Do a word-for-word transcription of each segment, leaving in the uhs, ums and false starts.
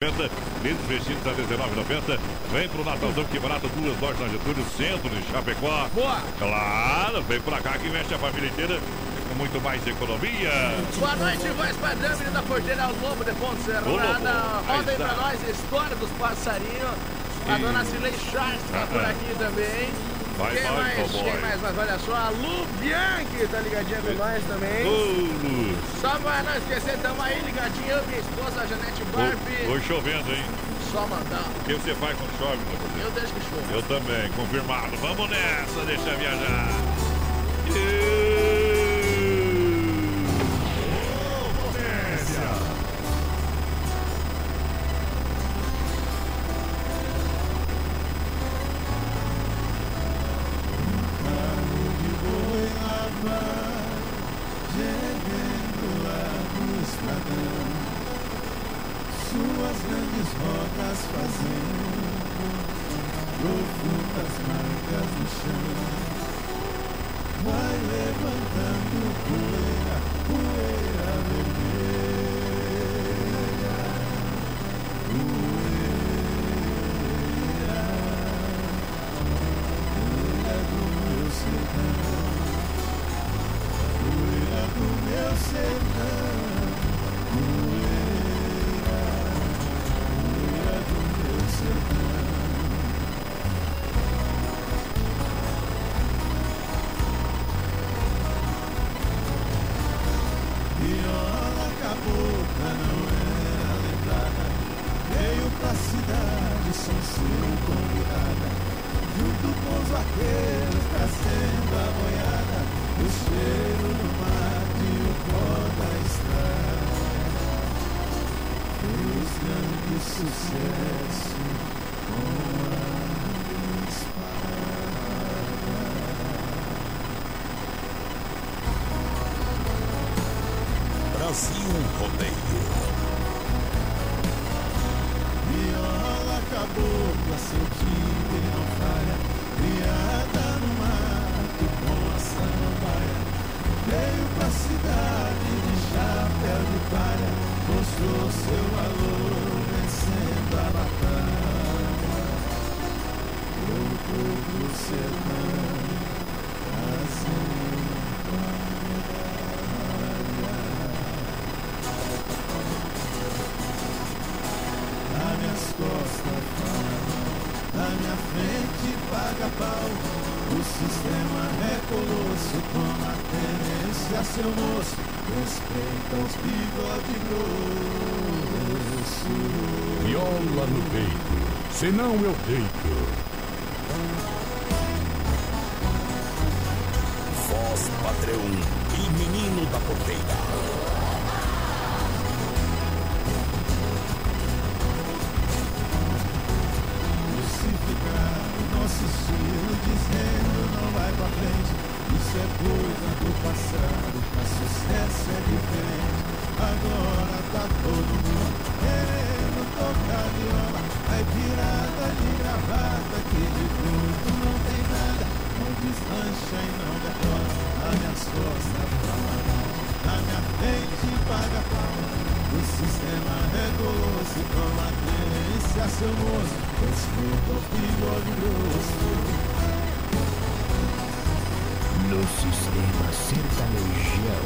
noventa. Líderes vestidos a dezenove e noventa. Vem pro Natalzão, que barato. Duas lojas na Getúlio, centro de Chapecó. Boa! Claro, vem pra cá que investe a família inteira com muito mais economia. Boa noite, voz padrão, menino da Porteira, ao Lobo de Ponte Serrada. Roda aí pra nós a história dos passarinhos. A E... dona Cilei Charles tá por aqui também. Vai, quem, vai, mais, cowboy. quem mais? Mas olha só, a Lu Bianchi tá ligadinha com nós também. Ô, Lu. Só pra não esquecer, tamo aí ligadinho, eu, minha esposa, a Janete Barbie. Hoje chovendo, hein? Só mandar. O que você faz quando chove, meu Deus? Eu deixo que chove. Eu também, confirmado. Vamos nessa, deixa viajar. Suas grandes rodas fazendo profundas marcas no chão. Vai levantando poeira, poeira vermelha. Poeira, poeira do meu sertão. Poeira do meu sertão. Poeira, poeira do meu sertão. Viola cabocla não era lembrada, veio pra cidade sem ser convidada, junto com os vaqueiros trazendo a boiada, o cheiro do mato e o pó da estrada. Fez grande sucesso com a espada. Brasil Rodeio. Viola cabocla, seu timbre não falha, criada no mato com a samambaia. Veio pra cidade de chapéu de palha, mostrou seu valor vencendo a batalha. Voltou pro sertão, trazendo a medalha. Na minhas costas fala, na minha frente paga pau. O sistema é colosso, toma tenência, seu moço. Respeita os bigode grosso. Viola no peito, senão eu deito. Voz padrão e menino da porteira. Nosso estilo dizendo não vai pra frente. Isso é coisa do passado, mas sucesso é diferente. Agora tá todo mundo querendo tocar viola. Aí pirada de gravata que de bruto não tem nada. Não deslancha e não decola. Nas minhas costas fala mal, na minha frente paga pau. O sistema é colosso, toma tendência, seu moço. Respeita o bigode grosso. No sistema sertanejão.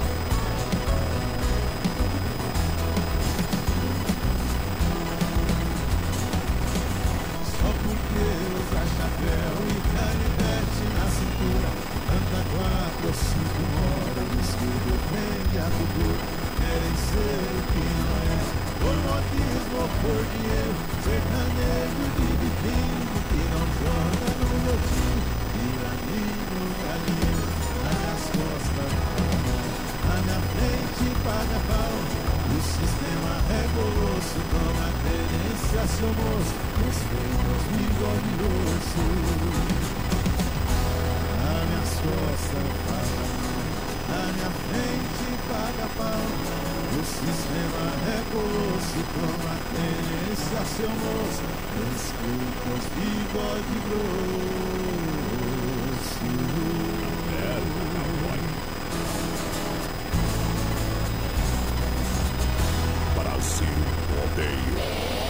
Só porque usa chapéu e canivete na cintura, anda quatro ou cinco horas que defende a cultura. Querem ser o que não é, por modismo ou por dinheiro. Sertanejo de vitrine que não joga no meu time. Vira amigo, galinheiro, nas minhas costas na minha frente paga pau. O sistema é colosso, toma tenência, seu moço. Respeita os bigode grosso. Nas minhas costas paga, na minha frente paga pau. O sistema é colosso, toma tenência, seu moço. Respeita os bigode grosso. Brasil Rodeio.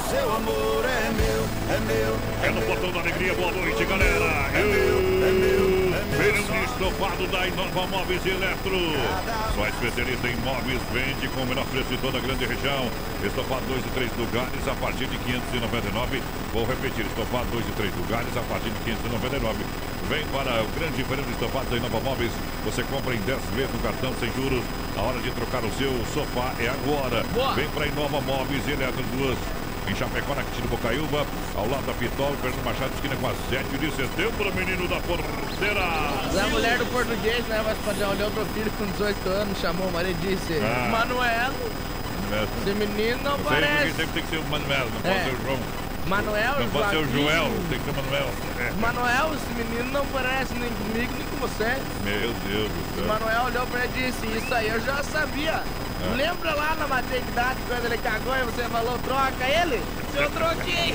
seu amor é meu, é meu, é, é no meu. botão da alegria, boa noite, galera. É meu, é meu, é meu. Feirão de estofado da Inova Móveis e Eletro. Só especialista em móveis, vende com o menor preço de toda a grande região. Estofado dois e três lugares a partir de quinhentos e noventa e nove. Vou repetir, estofado dois e três lugares a partir de quinhentos e noventa e nove. Vem para o grande feirão de estofado da Inova Móveis. Você compra em dez vezes no cartão sem juros. A hora de trocar o seu sofá é agora. Boa. Vem para Inova Móveis e Eletro, duas em Chapecó, na Quintino Bocaiúva, ao lado da Pitol, Fernando Machado, esquina com a sete de setembro, menino da porteira. A mulher do português, né, mas padrão, olhou pro filho com dezoito anos, chamou o marido e disse: Ah. Manuel, esse menino não Não sei parece. porque sempre tem que ser o Manuel, não pode É. ser o João. Manuel, Não pode ser o Joaquim. Joel, tem que ser o Manuel. É. Manuel, esse menino não parece nem comigo nem com você. Meu Deus do O céu. Manuel olhou pra ele e disse: isso aí eu já sabia. É. Lembra lá na maternidade quando ele cagou e você falou: troca ele? Eu troquei.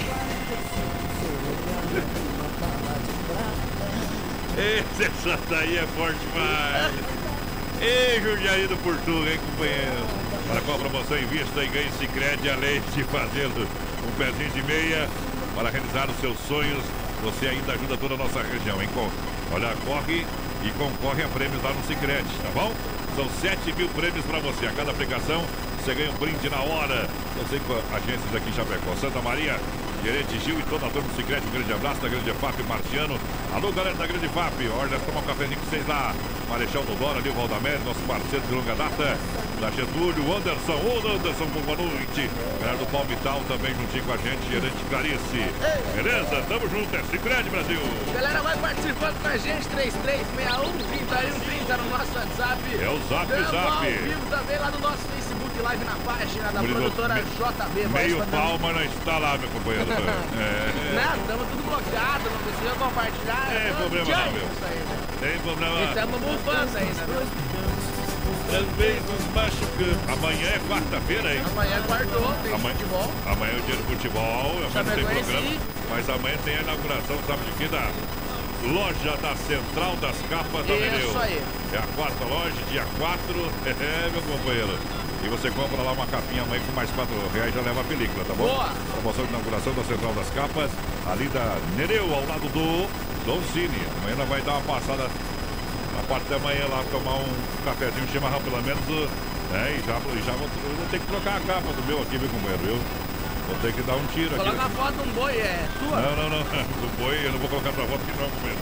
Esse essa aí é forte demais. Ei, Jundiaí do Portuga, hein, companheiro? Para qual promoção invista e ganhe Sicredi, além de fazendo um pezinho de meia para realizar os seus sonhos. Você ainda ajuda toda a nossa região, hein? Olha, corre e concorre a prêmios lá no Sicredi, tá bom? São sete mil prêmios para você. A cada aplicação você ganha um brinde na hora. São cinco agências aqui em Chapecó. Santa Maria, Gerente Gil e toda a turma do Sicredi. Um grande abraço da Grande F A P, Marciano. Alô, galera da Grande F A P. Olha, tomar um cafezinho com vocês lá. Marechal Dodoro, ali o Valdamés, nosso parceiro de longa data. Da Getúlio, o Anderson. Ô, Anderson, boa noite. Galera do Palmital também juntinho com a gente. Gerente Clarice. Beleza? Tamo junto. É Sicredi, Brasil. Galera, vai participando com a gente. três três seis um, três um três zero no nosso WhatsApp. É o Zap Tamo Zap. ao vivo também lá no nosso Facebook Live na página da Murilo, produtora me- J B. Meio Voz pau, mas não está lá, meu companheiro. É. Não, estamos tudo bloqueado, não precisa compartilhar. Tem Então, problema tchau, não, meu. isso aí, né? Tem problema. E estamos bufando ainda, né? Também nos machucando. Amanhã é quarta-feira, hein? Amanhã quartou, tem Amanhã, futebol. amanhã é o dia do futebol, amanhã não tem Chapecoense programa, e- mas amanhã tem a inauguração, sabe de quê? Da loja da Central das Capas da Isso Pneu. aí. É a quarta loja, dia quatro, é, meu companheiro. E você compra lá uma capinha amanhã com mais quatro reais, já leva a película, tá bom? Boa. Promoção de inauguração da Central das Capas, ali da Nereu, ao lado do Don Cine. Amanhã nós vai dar uma passada na parte da manhã lá, tomar um cafezinho, um chimarrão pelo menos. É, e já, e já vou, eu vou ter que trocar a capa do meu aqui, meu companheiro, viu? Vou ter que dar um tiro aqui. Coloca a foto de um boi, é tua? Não, não, não. Do boi eu não vou colocar pra voto que não, companheiro.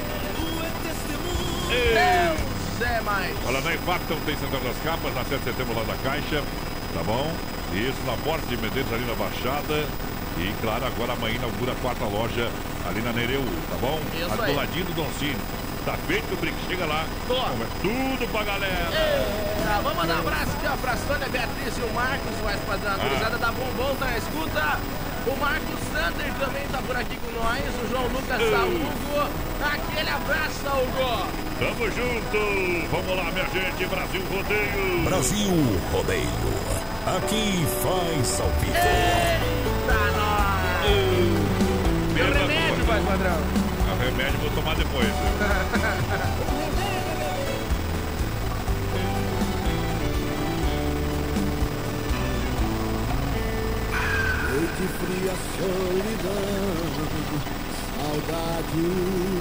Deus é mais. Olha, na Impacton tem Central das Capas, na sete de setembro lá da Caixa, tá bom? Isso, na Porta de Medeiros, ali na Baixada. E, claro, agora amanhã inaugura a quarta loja ali na Nereu, tá bom? Isso ali aí. do ladinho do Don Cine. Tá feito o brinco, chega lá. Boa. Come tudo pra galera. Eita, vamos mandar um abraço aqui, ó, pra Sônia Beatriz e o Marcos, mais padrão, a gurizada da Bombom tá na escuta. O Marcos Sander também tá por aqui com nós, o João Lucas Ei. Saúgo. Aquele abraço, Hugo. Tamo junto. Vamos lá, minha gente. Brasil Rodeio. Brasil Rodeio. Aqui faz ao vivo. Eita, nós. E o Mesma remédio, coisa. mais padrão. O remédio vou tomar depois. Noite fria, solidão, saudade.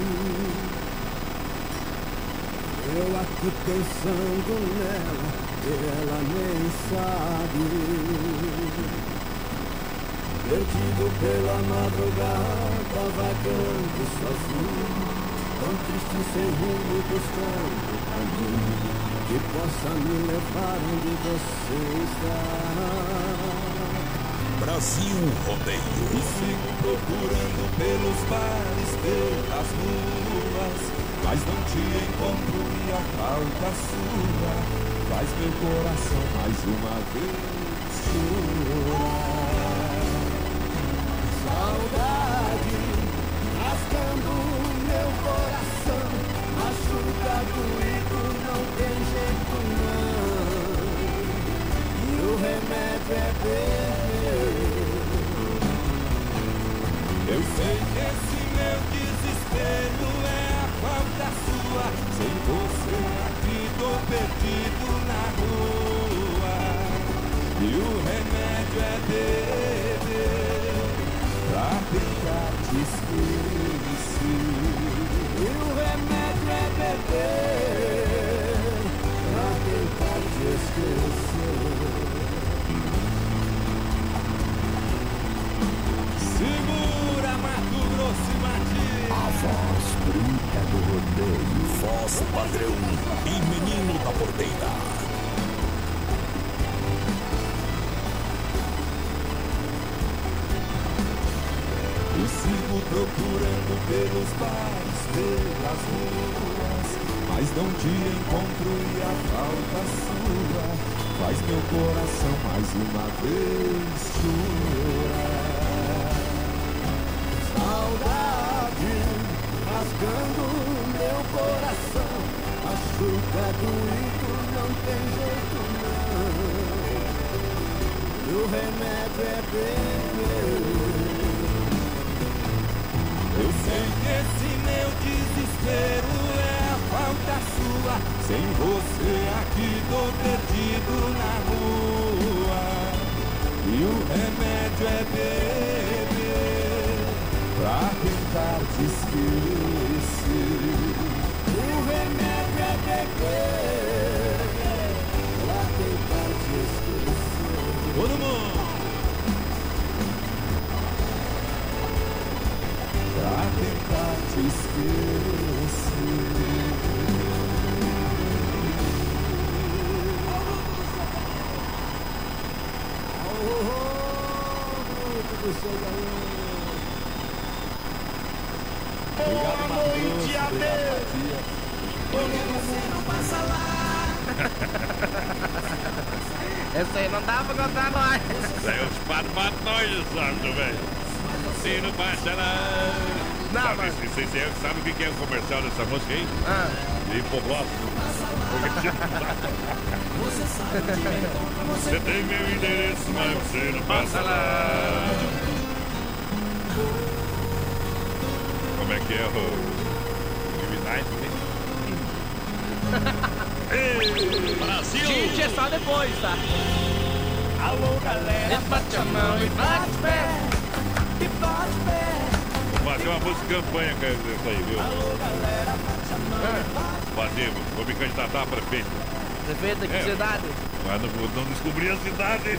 Eu aqui pensando nela, e ela nem sabe. Perdido pela madrugada, vagando sozinho, tão triste sem rumo, buscando um caminho que possa me levar onde você está. Brasil Rodeio. E sigo procurando pelos bares, pelas ruas, mas não te encontro e a falta sua faz meu coração mais uma vez chorar. Saudade rasgando meu coração, machuca doído, não tem jeito não. E o remédio é beber. Eu sei que esse meu desespero é a falta sua. Sem você aqui tô perdido na rua. E o remédio é beber. te esquecer. E o remédio é beber pra tentar te esquecer. Segura, Mato Grosso e Matias. A voz bruta do rodeio. Voz padrão e menino da porteira. Eu sigo procurando pelos bares, pelas ruas, mas não te encontro e a falta sua faz meu coração mais uma vez chorar. Saudade rasgando meu coração, machuca doído, não tem jeito não. E o remédio é beber. Eu sei que esse meu desespero é a falta sua. Sem você aqui tô perdido na rua. E o remédio é beber pra tentar te esquecer. E o remédio é beber pra tentar te esquecer. Todo mundo! Pra tentar te esquecer. Oh, oh, oh, boa noite, adeus. Você não passa lá. Essa aí não dá pra contar nós. Isso aí é os patos pra nós, sabe, velho? Se não passa lá. Não, sabe, mas... Você sabe o que é o comercial dessa música aí? Ah. De Poblato. Você tem meu endereço, mas você não passa lá. Como é que é o Divinite? Brasil! Gente, é só depois, tá? Alô, galera, bate a mão e bate o pé. E bate o pé. Vou fazer uma música campanha com isso aí, viu? Alô, galera, bate a mão e bate. Fazer, vou me candidatar a prefeito. Prefeito, que É. cidade? Mas não, não descobri a cidade.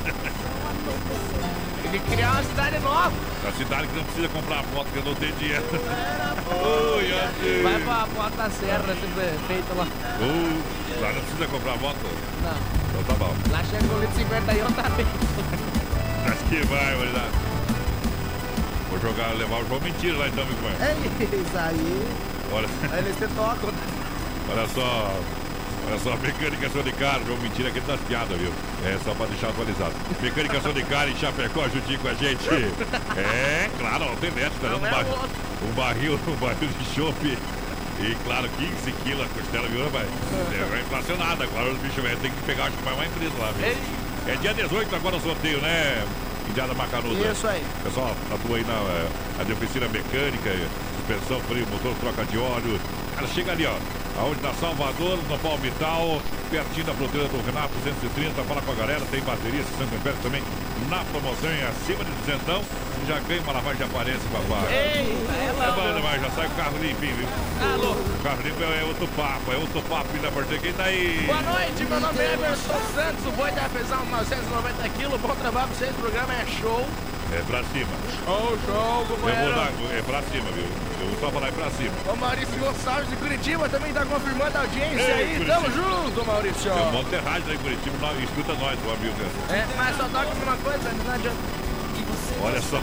Ele criar uma cidade nova. A cidade que não precisa comprar moto, que eu não tenho dinheiro. Oi, adeus. Vai pra Porta da Serra, esse prefeito lá. Uh, lá não precisa comprar moto? Não. Então tá bom. Lá chega o litro cinquenta e um também. Acho que vai, vai lá. Vou jogar, levar o João Mentira lá então, meu irmão. É isso aí. Olha, Eles te tocam. olha só. Olha só, mecânica de carro, João Mentira aqui das piadas, viu? É só pra deixar atualizado. Mecânica de carro em Chapecó, juntinho com a gente. É, claro, ó, tem neto, tá dando um, Não é bar... o outro. um barril, um barril de chopp. E claro, quinze quilos a costela, viu, vai? É inflacionada, agora os bichos velhos tem que pegar, acho que mais uma empresa lá, viu? Ei. É dia dezoito agora o sorteio, né? Indiada Macanuda. Isso aí. Pessoal, atua aí na, na de oficina mecânica, suspensão, freio, motor, troca de óleo. Cara, chega ali, ó. Aonde na Salvador, no Palmital, pertinho da fronteira do Renato, duzentos e trinta. Fala com a galera, tem bateria, sessenta amperes também na promoção e acima de duzentão. Já ganha uma lavagem de aparência, papai. Ei, é É lá. bom demais, já sai o carro limpinho, viu? Alô. O carro limpo é outro papo, é outro papo, filha por quem tá aí? Boa noite, meu nome é Emerson Santos, o boi da Afesão, novecentos e noventa quilos, bom trabalho pra vocês, o programa é show. É pra cima. Show, show, Eu vou companheiro. dar, é pra cima, viu? Eu vou só falar é pra cima. O Maurício Gonçalves de Curitiba também tá confirmando a audiência Ei, aí, Curitiba. tamo junto, Maurício. Tem um monte de rádio lá em Curitiba, nós- escuta nós, meu amigo. É, mas só toca uma coisa, não adianta. Olha só.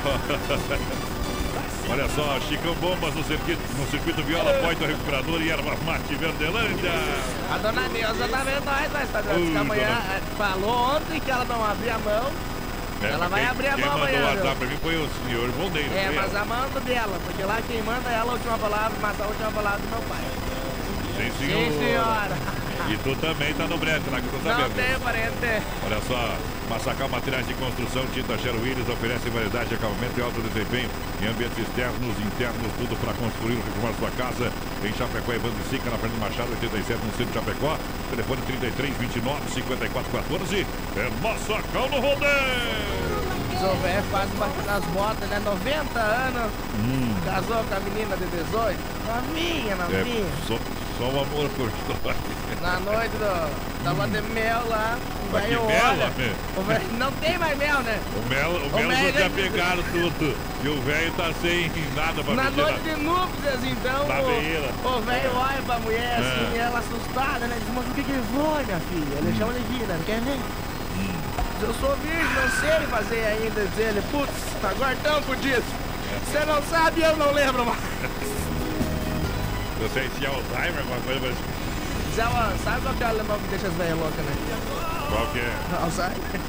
Olha só, Chicão Bombas no circuito, no circuito Viola, Poito Recuperador e Erva Mate Verdelândia. A dona Neuza tá vendo nós, nós tá vendo Uh, que amanhã dona- eh, falou ontem que ela não abria a mão. É, Ela mas vai quem, abrir a quem mão mandou amanhã, o viu? WhatsApp pra mim foi o senhor Vondeiro. É, foi mas ela. a mão dela, porque lá quem manda é ela a última palavra, mas a última palavra do meu pai. Sim, senhor. Sim, senhora. E tu também tá no brete lá que eu tô Não sabendo. tem parente. Olha só, Massacal Materiais de Construção, Tinta Sherwin Williams oferece variedade de acabamento e alto desempenho em ambientes externos, internos, tudo para construir ou reformar sua casa. Em Chapecó, Evandro e Sica, na Fernando Machado, oitenta e sete, no centro de Chapecó. Telefone trinta e três, vinte e nove, cinquenta e quatro, quatorze. É Massacal no rodeio. Sou velho, faz as botas, né? noventa anos. Hum. Casou com a menina de dezoito. Novinha, novinha. É, só, só o amor curtou. Na noite do, da lua de mel lá, o Mas que velho mel, olha. né? O velho, não tem mais mel, né? O mel, o O mel mel já é- pegaram tudo. E o velho tá sem nada pra Na mexer noite de núpcias, então, na beira. o, o velho olha pra mulher assim, É. e ela assustada, né? Diz, mas o que que foi, minha filha? Ele chama de vida, não quer ver? Eu sou virgem, não sei fazer ainda. Diz ele, putz, agora tampo disso. Você não sabe, eu não lembro mais. Eu sei se é Alzheimer, alguma coisa, mas Diz ela, sabe qual que é o alemão que deixa as velhas loucas, né? qual que é? Alzheimer.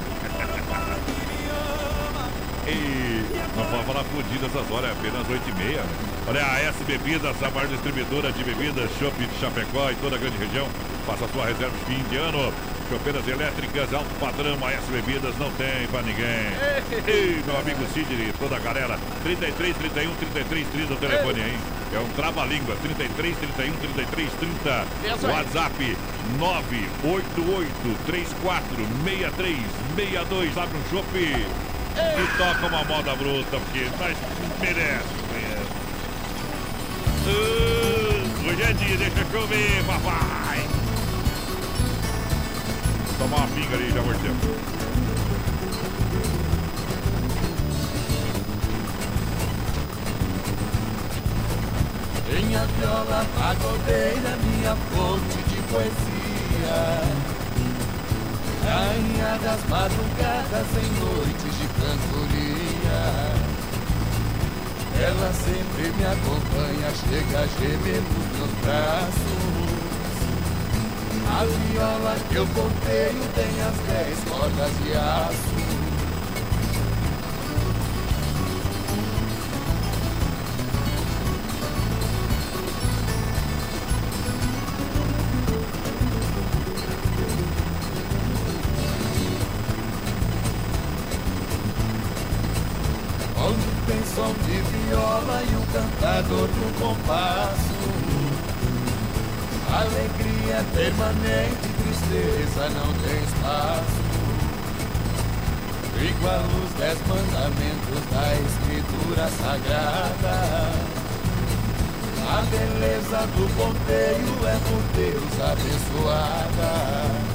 E não pode falar fudido essas horas, é apenas oito e meia. Olha, a S Bebidas, a maior distribuidora de bebidas, Chopp de Chapecó e toda a grande região. Faça a sua reserva de fim de ano. Chopeiras elétricas, alto padrão, a S Bebidas não tem pra ninguém. Ei, meu amigo Sidney, toda a galera. trinta e três, trinta e um, trinta e três, trinta o telefone aí. É um trava-língua. trinta e três, trinta e um, trinta e três, trinta. WhatsApp nove oito oito, três quatro seis três seis dois. Abre um chopp e toca uma moda bruta, porque nós merece mesmo. Uh, hoje é dia, deixa chover, papai. Tomar uma pinga ali, já voltemos. Minha viola pagodeira, minha fonte de poesia, rainha das madrugadas em noites de cantoria. Ela sempre me acompanha, chega a gemer nos meus braços. A viola que eu ponteio tem as dez cordas de aço. Onde tem som de viola e o cantador no compasso, alegria é permanente, tristeza não tem espaço. Igual os dez mandamentos da escritura sagrada, a beleza do ponteio é por Deus abençoada.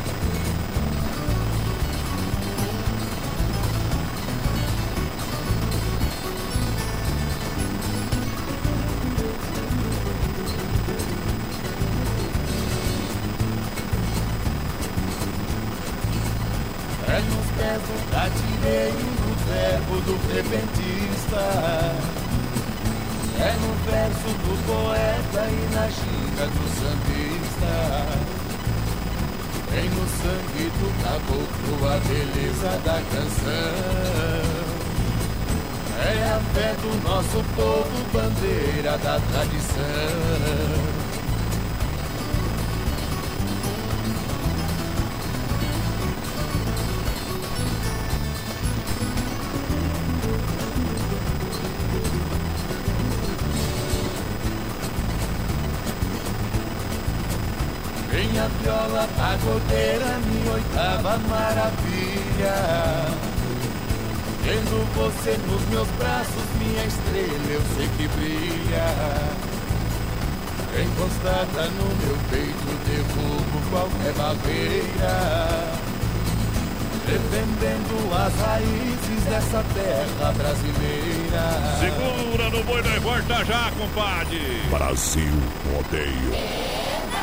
É nos pés do cativeiro, no verbo do repentista, é no verso do poeta e na ginga do sambista. Tem no sangue do caboclo a beleza da canção. É a fé do nosso povo, bandeira da tradição. Minha viola pagodeira, minha oitava maravilha. Tendo você nos meus braços, minha estrela eu sei que brilha. Encostada no meu peito, derrubo qualquer barreira, defendendo as raízes dessa terra brasileira. Segura no boi da volta já, compadre. Brasil Rodeio.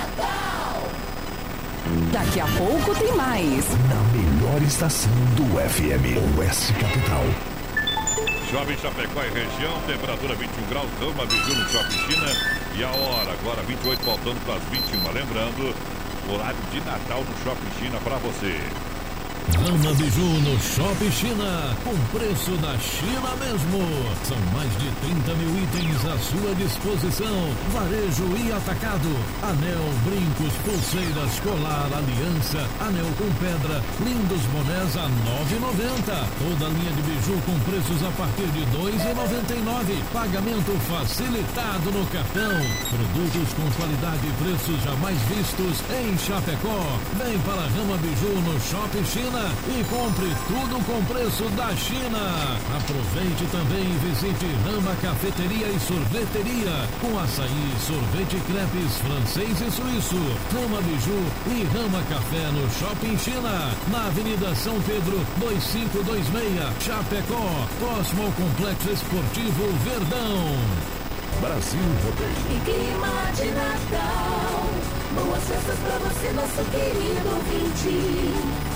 Daqui a pouco tem mais. Na melhor estação do F M, Oeste Capital. Shopping Chapecó e região, temperatura vinte e um graus, Rama Biju no Shopping China. E a hora, agora vinte e oito, faltando para as vinte e uma. Lembrando, horário de Natal no Shopping China para você. Rama Biju no Shopping China, com preço da China mesmo. São mais de trinta mil itens à sua disposição. Varejo e atacado. Anel, brincos, pulseiras, colar, aliança, anel com pedra, lindos bonés a nove reais e noventa centavos. Toda linha de biju com preços a partir de dois reais e noventa e nove centavos. Pagamento facilitado no cartão. Produtos com qualidade e preços jamais vistos em Chapecó. Vem para Rama Biju no Shopping China. China e compre tudo com preço da China. Aproveite também e visite Rama Cafeteria e Sorveteria com açaí, sorvete e crepes francês e suíço, Rama Biju e Rama Café no Shopping China, na Avenida São Pedro dois cinco dois seis, Chapecó, próximo ao Complexo Esportivo Verdão. Brasil Rodeio. E clima de Natal, boas festas pra você, nosso querido ouvinte.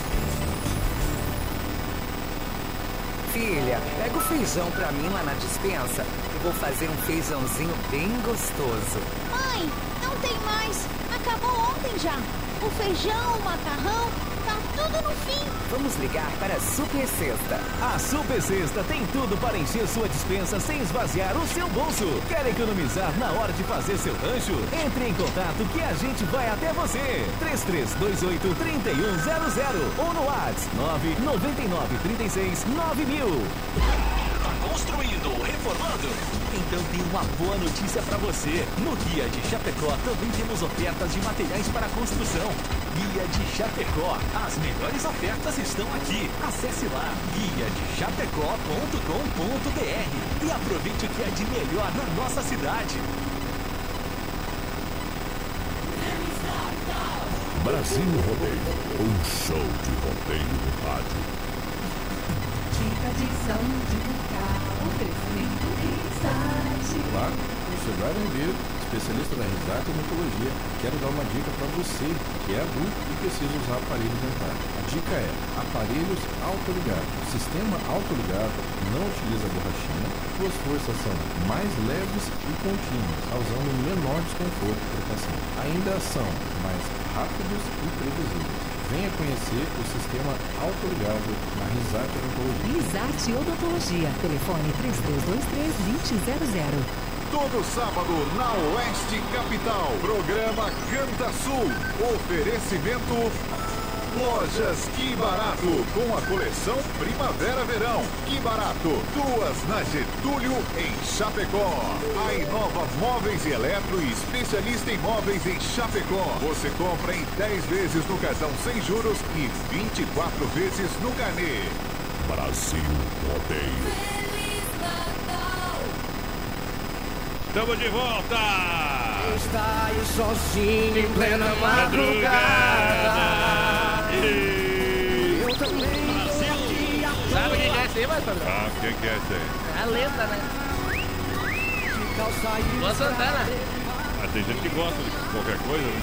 Filha, pega o feijão pra mim lá na despensa. Eu vou fazer um feijãozinho bem gostoso. Mãe, não tem mais. Acabou ontem já. O feijão, o macarrão, tá tudo no fim. Vamos ligar para a Super Sexta. A Super Sexta tem tudo para encher sua despensa sem esvaziar o seu bolso. Quer economizar na hora de fazer seu rancho? Entre em contato que a gente vai até você. três três dois oito, três um zero zero ou no WhatsApp nove nove nove, três seis, nove mil. Tá construindo ou reformando? Então tem uma boa notícia para você. No Guia de Chapecó também temos ofertas de materiais para construção. Guia de Chapecó. As melhores ofertas estão aqui. Acesse lá guia de chapecó ponto com ponto br e aproveite o que é de melhor na nossa cidade. Brasil Rodeio, um show de rodeio no rádio. Dica de som de carro, oferecimento Risate. Olá, eu sou Eduardo Ribeiro, especialista da Risate e Odontologia. Quero dar uma dica para você que é adulto e precisa usar aparelho dentário. A dica é aparelhos autoligados. O sistema autoligado não utiliza borrachinha, suas forças são mais leves e contínuas, causando menor desconforto para o paciente. Ainda são mais rápidos e previsíveis. Venha conhecer o sistema autoligado na Risate Odontologia. Risate Odontologia. Telefone três três dois três, dois zero zero zero. Todo sábado na Oeste Capital. Programa Canta Sul. Oferecimento Lojas Que Barato, com a coleção Primavera-Verão. Que Barato, duas na Getúlio, em Chapecó. A Inova Móveis e Eletro, especialista em móveis em Chapecó. Você compra em dez vezes no cartão sem juros e vinte e quatro vezes no carnê. Brasil Rodeio. Estamos de volta! Está aí sozinho em plena madrugada. E... Eu também. Sabe quem é esse aí, mais padrão? Ah, quem que é esse aí? É a lenda, né? Boa Santana. Ah, tem gente que gosta de qualquer coisa, né?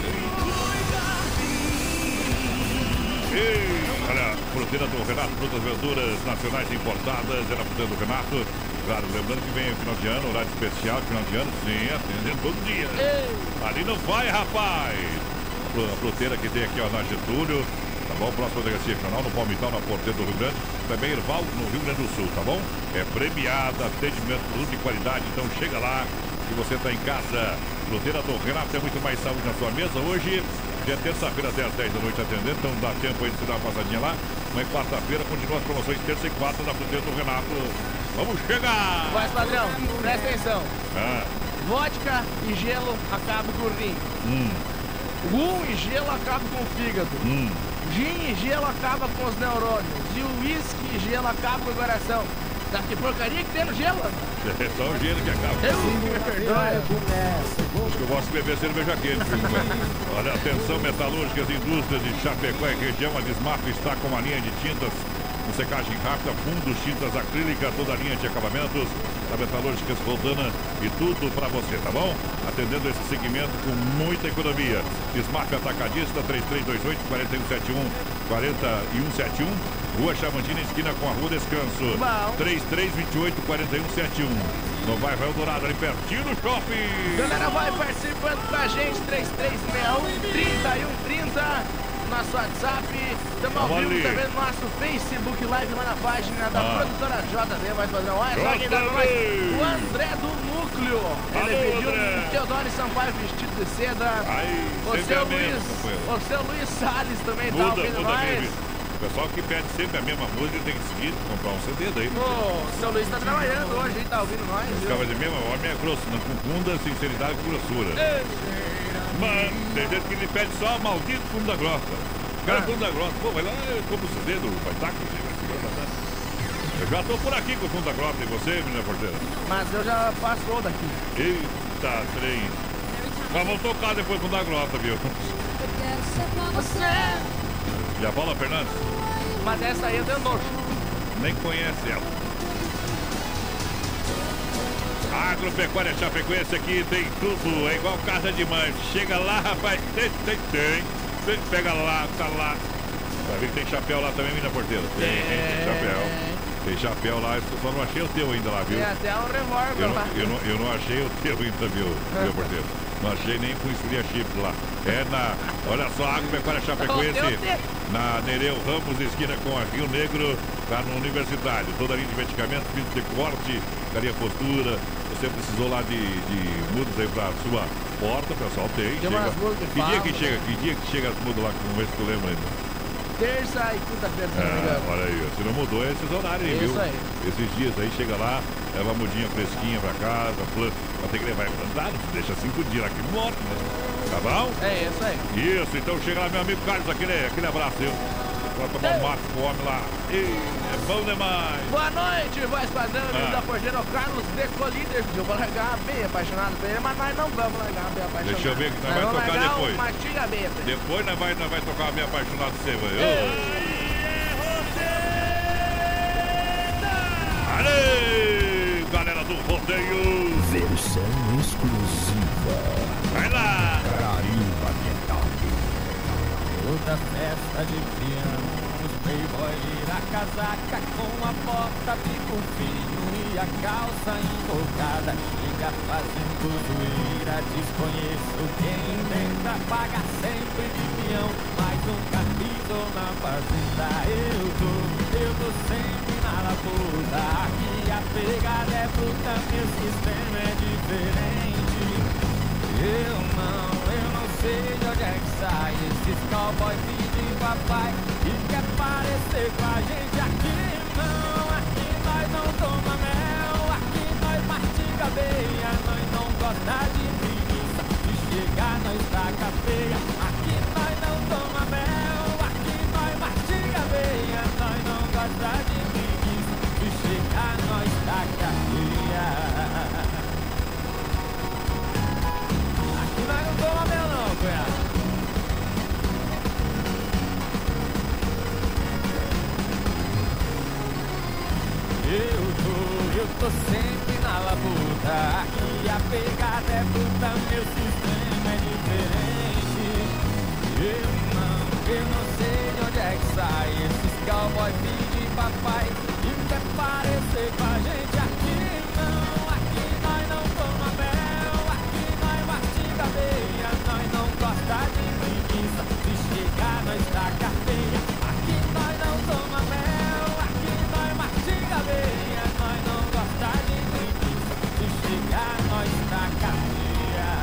E, olha, fruteira do Renato, frutas e verduras nacionais importadas, é na fruteira do Renato. Claro, lembrando que vem o final de ano, horário especial, final de ano, sim, atendendo todo dia. Ei. Ali não vai, rapaz! A fruteira que tem aqui, ó, na Getúlio, tá bom? Próxima delegacia regional, no Palmital, na Porteira do Rio Grande, também Erval, no Rio Grande do Sul, tá bom? É premiada, atendimento, produto de qualidade, então chega lá, se você tá em casa, fruteira do Renato, tem muito mais saúde na sua mesa. Hoje, dia terça-feira, até às dez da noite atendendo, então dá tempo aí de você dar uma passadinha lá. Amanhã, quarta-feira, continua as promoções terça e quarta na fruteira do Renato. Vamos chegar! Mas, padrão, presta atenção. Ah. Vodka e gelo acaba com o rim. Hum. Rum e gelo acaba com o fígado. Hum. Gin e gelo acaba com os neurônios. E o uísque e gelo acaba com o coração. Tá que porcaria que tem no gelo? É só o gelo que acaba. Eu me perdoe. Acho que eu gosto de beber cerveja quente. Olha, atenção, metalúrgicas, indústrias de Chapecó e região. A Desmaf está com uma linha de tintas com secagem rápida, fundos, tintas acrílicas, toda a linha de acabamentos da Metalúrgicas Roldana e tudo para você, tá bom? Atendendo esse segmento com muita economia. Smart Atacadista, três três dois oito, quatro um sete um, quatro um sete um, Rua Chamantina, esquina com a Rua Descanso. Bom. três três dois oito, quatro um sete um. No bairro Eldorado, ali pertinho do shopping. Galera, vai participando com a gente, três três seis um, três um três zero. Nosso WhatsApp, estamos ao vivo também no nosso Facebook Live lá na página da ah. produtora J D, mais padrão. Olha só quem dá pra nós, o André do Núcleo. Alô, ele pediu André. um Teodoro Sampaio vestido de seda. Aí, o seu Luiz, o seu Luiz Salles também muda, tá ouvindo muda nós. Mesmo. O pessoal que pede sempre a mesma música tem que seguir, comprar um C D daí. O seu Luiz tá trabalhando hoje, ele tá ouvindo nós. Os caras de mesmo, o homem é grosso, não confunda sinceridade com grossura. Ei. Mas tem gente que ele pede só maldito fundo da grossa. Cara, Funda Grossa. Pô, vai lá, como se vê do Baitaco. Eu já tô por aqui com o Funda Grossa e você, menina porteira? Mas eu já passou daqui. Eita, trem. Mas vamos tocar depois com o Funda Grossa, viu? Você... E a Paula Fernandes? Mas essa aí eu dei nojo. Nem conhece ela. Agropecuária Chapecoense aqui tem tudo, é igual casa de mãe. Chega lá, rapaz, tem, tem, tem. Pega lá, tá lá. Vai ver que tem chapéu lá também, menina porteira. Tem, tem, tem chapéu. Tem chapéu lá, eu só não achei o teu ainda lá, viu? Tem até um revólver eu lá. Não, eu, não, eu não achei o teu ainda, viu, meu porteiro? Não achei nem com esfria chip lá. É na, olha só, Agropecuária Chapecoense, na Nereu Ramos, esquina com a Rio Negro, tá no Universitário. Toda a linha de medicamentos, piso de corte, galinha postura. Você precisou lá de, de mudas aí pra sua porta, o pessoal tem. Tem chega. umas mudas que Que dia falam. que chega? Que dia que chega as mudas lá, vamos ver se tu lembra ainda. Terça e quinta-feira, se não me Ah, engano. olha aí, se não mudou é esses horários aí, Isso viu? aí. Esses dias aí, chega lá, leva a mudinha fresquinha pra casa, planta, vai ter que levar pra andar, não deixa cinco dias lá que morre, né? Tá bom? É isso aí. Isso, então chega lá, meu amigo Carlos, aquele, aquele abraço, viu? Pra tomar um mato com o homem lá. Ih, é bom demais. Boa noite, voz padrão, amigo Ah. da Porteira, o Carlos Decolíder. Eu vou largar bem apaixonado por ele, mas nós não vamos largar bem apaixonado. Deixa eu ver que nós Nós vai vamos tocar largar depois. Um mastiga beta. Depois nós vai, nós vai tocar a minha apaixonada de você, vai. Ale, galera do rodeio. Versão exclusiva. Vai lá. Carimba Metade. Toda festa de piano, os playboy vira casaca com a bota, bico fino e a calça invocada. Chega fazendo zoeira, desconheço quem inventa, paga sempre de peão, mas nunca pisou na fazenda. Eu tô, eu tô sempre na labuta, aqui a pegada é bruta, meu sistema é diferente. Eu não, eu não sei de onde é que sai esses cowboys de papai e quer parecer com a gente. Aqui não, aqui nós não toma mel, aqui nós mastiga beia, nós não gosta de preguiça, de chegar nós taca feia. Aqui nós não toma mel, aqui nós mastiga beia, nós não gosta de preguiça, de chegar nós taca feia. Nós não toma mel não, cunhado. Eu tô, eu tô sempre na labuta, aqui a pegada é bruta, meu sistema é diferente. Eu não, eu não sei de onde é que sai esses cowboys de papai e quer parecer com a gente. Aqui não, aqui nós não toma mel, aqui nós mastiga beia, nós não gosta de preguiça, de chegar nós taca feia. Aqui nós não toma mel, aqui nós mastiga beia, nós não gosta de preguiça, de chegar nós taca feia.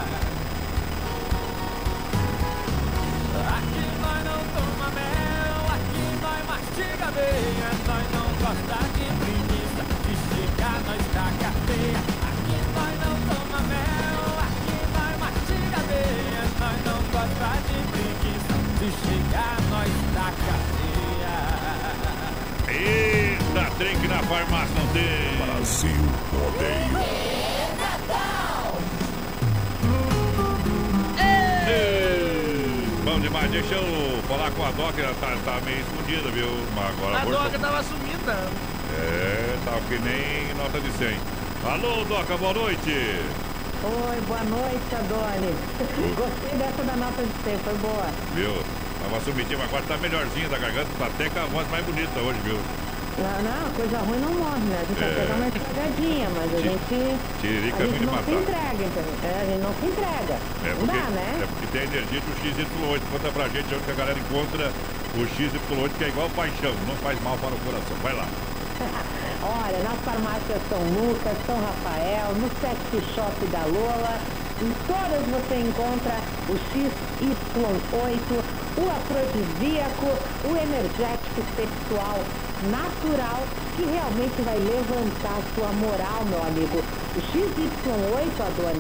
Aqui nós não toma mel, aqui nós mastiga beia, nós não gosta de preguiça, de chegar nós taca feia. Aqui nós não toma mel, aqui nós mastiga beia, nós não gosta de preguiça, de chegar nós taca feia. Eita, trem que na farmácia não tem. Brasil Rodeio. Ei, bom demais, deixa eu falar com a Doca, ela tá, tá meio escondida, viu? Mas agora A vou- Doca tava sumida. É, tá que nem nota de cem. Alô, Doca, boa noite. Oi, boa noite, Adonis. Gostei dessa da nota de cem, foi boa. Viu? Tava sumidinha, mas agora tá melhorzinha da garganta, tá até com a voz mais bonita hoje, viu? Não, não, coisa ruim não morre, né? A gente É. vai pegar uma escagadinha, mas a Ti- gente. Tiririca A é gente muito não se matar. entrega, entendeu? É, a gente não se entrega. É Não porque, dá, né? é porque tem a energia do X Y oito. Conta pra gente onde que a galera encontra o X Y oito, que é igual paixão, não faz mal para o coração. Vai lá. Olha, nas farmácias São Lucas, São Rafael, no Sexy Shop da Lola, em todas você encontra o X Y oito, o afrodisíaco, o energético sexual natural, que realmente vai levantar sua moral, meu amigo. O X Y oito, Adonis,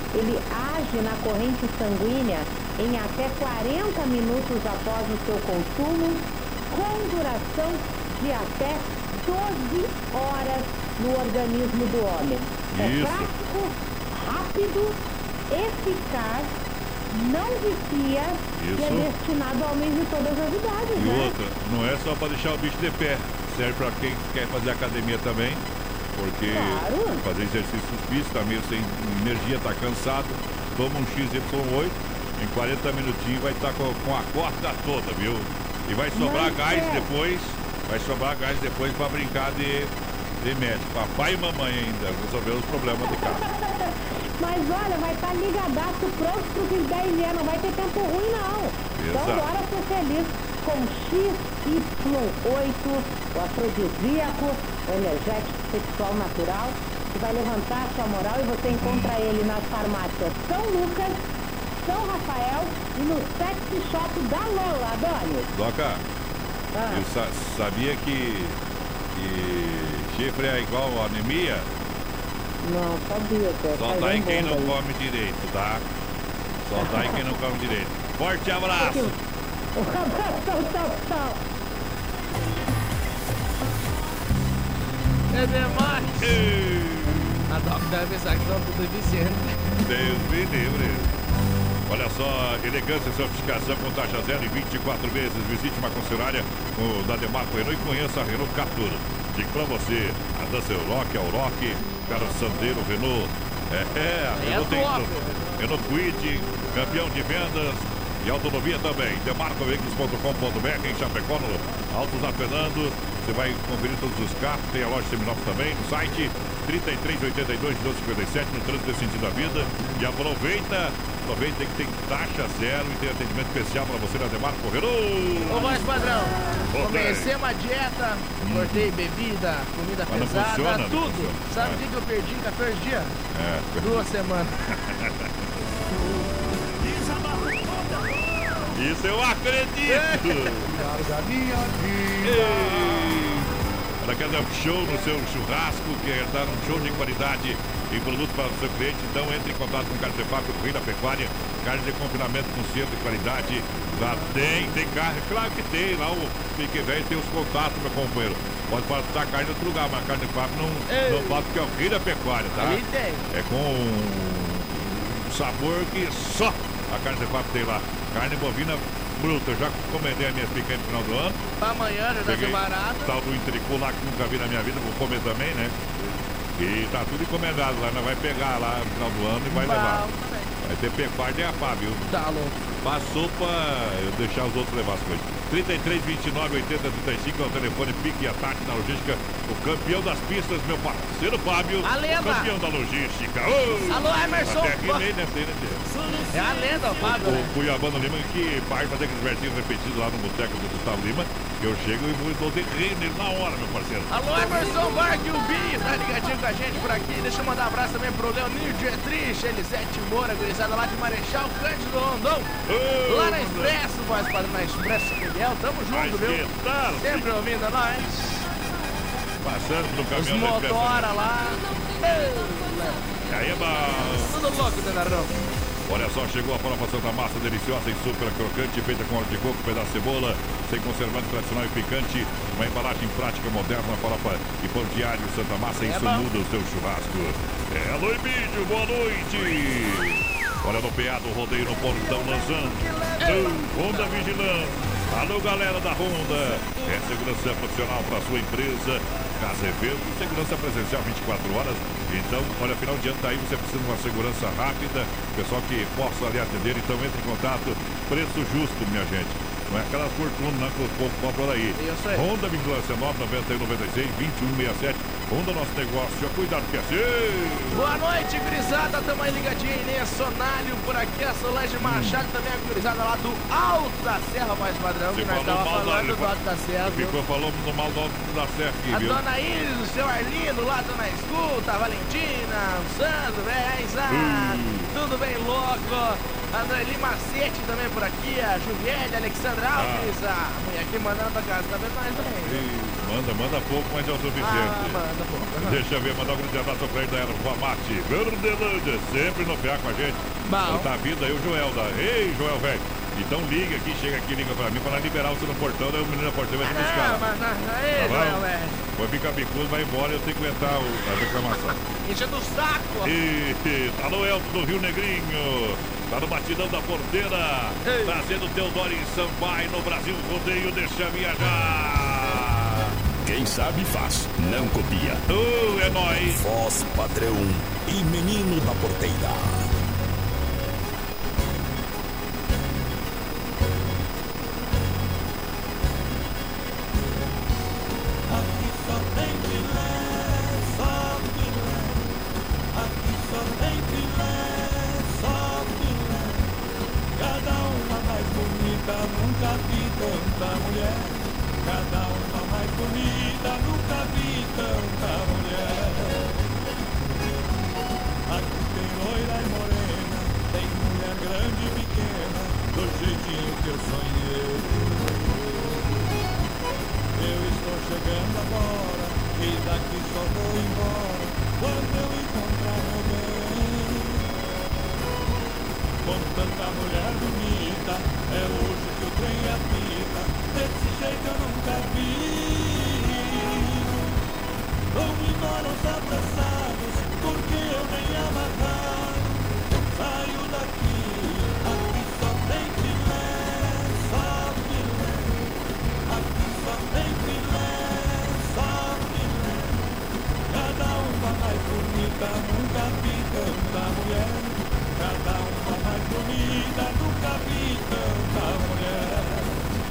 ele age na corrente sanguínea em até quarenta minutos após o seu consumo, com duração de até doze horas no organismo do homem. É Isso. prático, rápido, eficaz, não vicia e Isso. é destinado ao homens de todas as idades, E né? outra, não é só para deixar o bicho de pé. Serve para quem quer fazer academia também. Porque Claro. fazer exercícios físicos, tá meio sem energia, tá cansado. Toma um X Y oito, em quarenta minutinhos vai estar com, com a corda toda, viu? E vai sobrar Mas gás é. depois. Vai sobrar gás depois para brincar de, de médico. Papai e mamãe ainda, resolver os problemas de casa. Mas olha, vai estar ligadaço pronto para os dez dias, não vai ter tempo ruim não. Então Exato. bora ser feliz com X Y oito, o afrodisíaco, o energético sexual natural, que vai levantar a sua moral e você encontra ele nas farmácias São Lucas, São Rafael e no Sexy Shop da Lola, Adonis. Doca, Ah. eu sa- sabia que, que chifre é igual a anemia? Não, sabia, Zé. Só Faz dá em um quem bomba não aí. come direito, tá? Só dá em quem não come direito. Forte abraço! Um abração, tchau, tchau. É demais. A Doc deve pensar que são tudo eficiente. Deus me livre. Olha só, elegância e sofisticação com taxa zero e vinte e quatro vezes. Visite uma concessionária o da Demarco Renault e conheça a Renault Captur. Digo pra você, a Dança Euroc, a Oroc, Carlos Sandeiro, Renault. É, é, a É Renault tem top. tudo. Renault Kwid, campeão de vendas e autonomia também. Demarco Veículos ponto com ponto br em Chapecó, no Altos da Fernando. Você vai conferir todos os carros. Tem a loja Seminovos também no site trinta e três, oitenta e dois, doze, cinquenta e sete no trânsito sentido da vida. E aproveita, aproveita que tem taxa zero e tem atendimento especial para você na Demarco Renault. Ô, voz padrão, Ô, comecei uma dieta, cortei bebida, comida Mas não pesada, funciona, não tudo. funciona. Sabe o É. que que eu perdi em quatorze dias? É. Duas semanas. Isso eu acredito! Larga minha Ei! Ela quer dar um show no seu churrasco, quer dar um show de qualidade e produto para o seu cliente, então entre em contato com o Carne de Fábrica do Rei da Pecuária, carne de confinamento com selo de qualidade. Lá tem, tem carne, claro que tem, lá o Pique Velho tem os contatos, meu companheiro. Pode faltar carne em outro lugar, mas a carne de fábrica não, não falta porque é o Rei da Pecuária, tá? Ali tem. É com um sabor que só a carne de fábrica tem lá. Carne bovina bruta, eu já encomendei a minha picanha no final do ano. Amanhã já tá Peguei barato. tal do Intricô lá que nunca vi na minha vida, vou comer também, né? E tá tudo encomendado lá, nós vai pegar lá no final do ano e vai Bom levar. também. Vai ter pecuária e a pá, viu? Tá louco. Passou pra eu deixar os outros levar as coisas. trinta e três, vinte e nove, oitenta, trinta e cinco é o telefone Pique e Ataque na logística. O campeão das pistas, meu parceiro Fábio. A lenda. Campeão da logística. Ô! Alô, Emerson. Até aqui meio, né? Tem, né? É a lenda, o Fábio, O né? Cuiabano Lima que parte fazer aqueles versinhos repetidos lá no boteco do Gustavo Lima. Eu chego e vou dou terreno nele na hora, meu parceiro. Alô, Emerson Varg, o Binho, tá ligadinho com a gente por aqui. Deixa eu mandar um abraço também pro Leonir Dietrich, Elisete Moura, gurizada lá de Marechal Cândido Rondon. Ô, Lá na Expresso, voz padrão, na Expresso Miguel, tamo junto, Mas viu? que tal? Sempre ouvindo nós. Passando no Os caminhão da Expresso. motora lá. E aí é bom. Tudo louco, Denarão. Olha só, chegou a farofa Santa Massa, deliciosa e super crocante, feita com óleo de coco, pedaço de cebola, sem conservante tradicional e picante, uma embalagem prática, moderna, farofa e pão diário Santa Massa, É isso bom. muda o seu churrasco. É, alô, Emílio, boa noite! Olha no P A do rodeio no portão lançando. Oh, Honda Vigilância. Alô, galera da Honda. É segurança profissional para sua empresa. Casa Evento, segurança presencial vinte e quatro horas. Então, olha, final de ano daí você precisa de uma segurança rápida. Pessoal que possa ali atender, então entre em contato. Preço justo, minha gente. Não é aquela fortuna né, que o povo compra aí. Isso aí. Honda Vigilância nove nove um nove seis, vinte e um sessenta e sete. Honda, nosso negócio. Cuidado que é assim. Boa noite, gurizada. Tamo aí ligadinho. Inês Sonalho por aqui. A Solange Machado também, a gurizada lá do Alto da Serra, mais padrão, que Você nós falou tava mal falando da- do Alto da Serra. viu? Ficou falando no mal do Alto da Serra aqui, A viu? dona Iris, o seu Arlindo, lá, dona Escuta, a Valentina, o Sandro, é, Isa, Hum. tudo bem louco? A Noeli Macete também por aqui, a Juliette, a Alexandra Alves, ah. a mulher aqui mandando pra casa, tá vendo nós também. Isso, manda, manda pouco, mas é o suficiente. Ah, manda pouco. Uhum. Deixa eu ver, mandar um grande abraço pra ele da Erva Mate, Verdelândia, sempre no P A com a gente. Bom. Tá vindo aí o Joel da... Ei, Joel, velho. Então liga aqui, chega aqui, liga pra mim, pra nós liberar você no portão, daí o menino no portão vai te buscar. Ah, mas não, aí, tá Joel, velho. Vai ficar bicudo, vai embora e eu tenho que aguentar o, a reclamação. Enchendo o saco. E tá no Elton do Rio Negrinho. Tá no batidão da porteira. Ei. Trazendo Teodoro em Sampaio no Brasil Rodeio. Deixa viajar. Quem sabe faz, não copia. Uh, é nóis. Voz padrão e menino da porteira. Nunca vi tanta mulher, cada uma mais bonita, nunca vi tanta mulher. Aqui tem loira e morena, tem mulher grande e pequena, do jeitinho que eu sonhei. Eu estou chegando agora, e daqui só vou embora, quando eu encontrar meu bem. Com tanta mulher bonita, é hoje que o trem apita, desse jeito eu nunca vi. Vão embora os abraçados, porque eu nem amarrado saio daqui. Aqui só tem filé, só filé. Aqui só tem filé, só filé. Cada uma mais bonita, nunca vi tanta mulher. Cada uma mais bonita, nunca vi tanta mulher.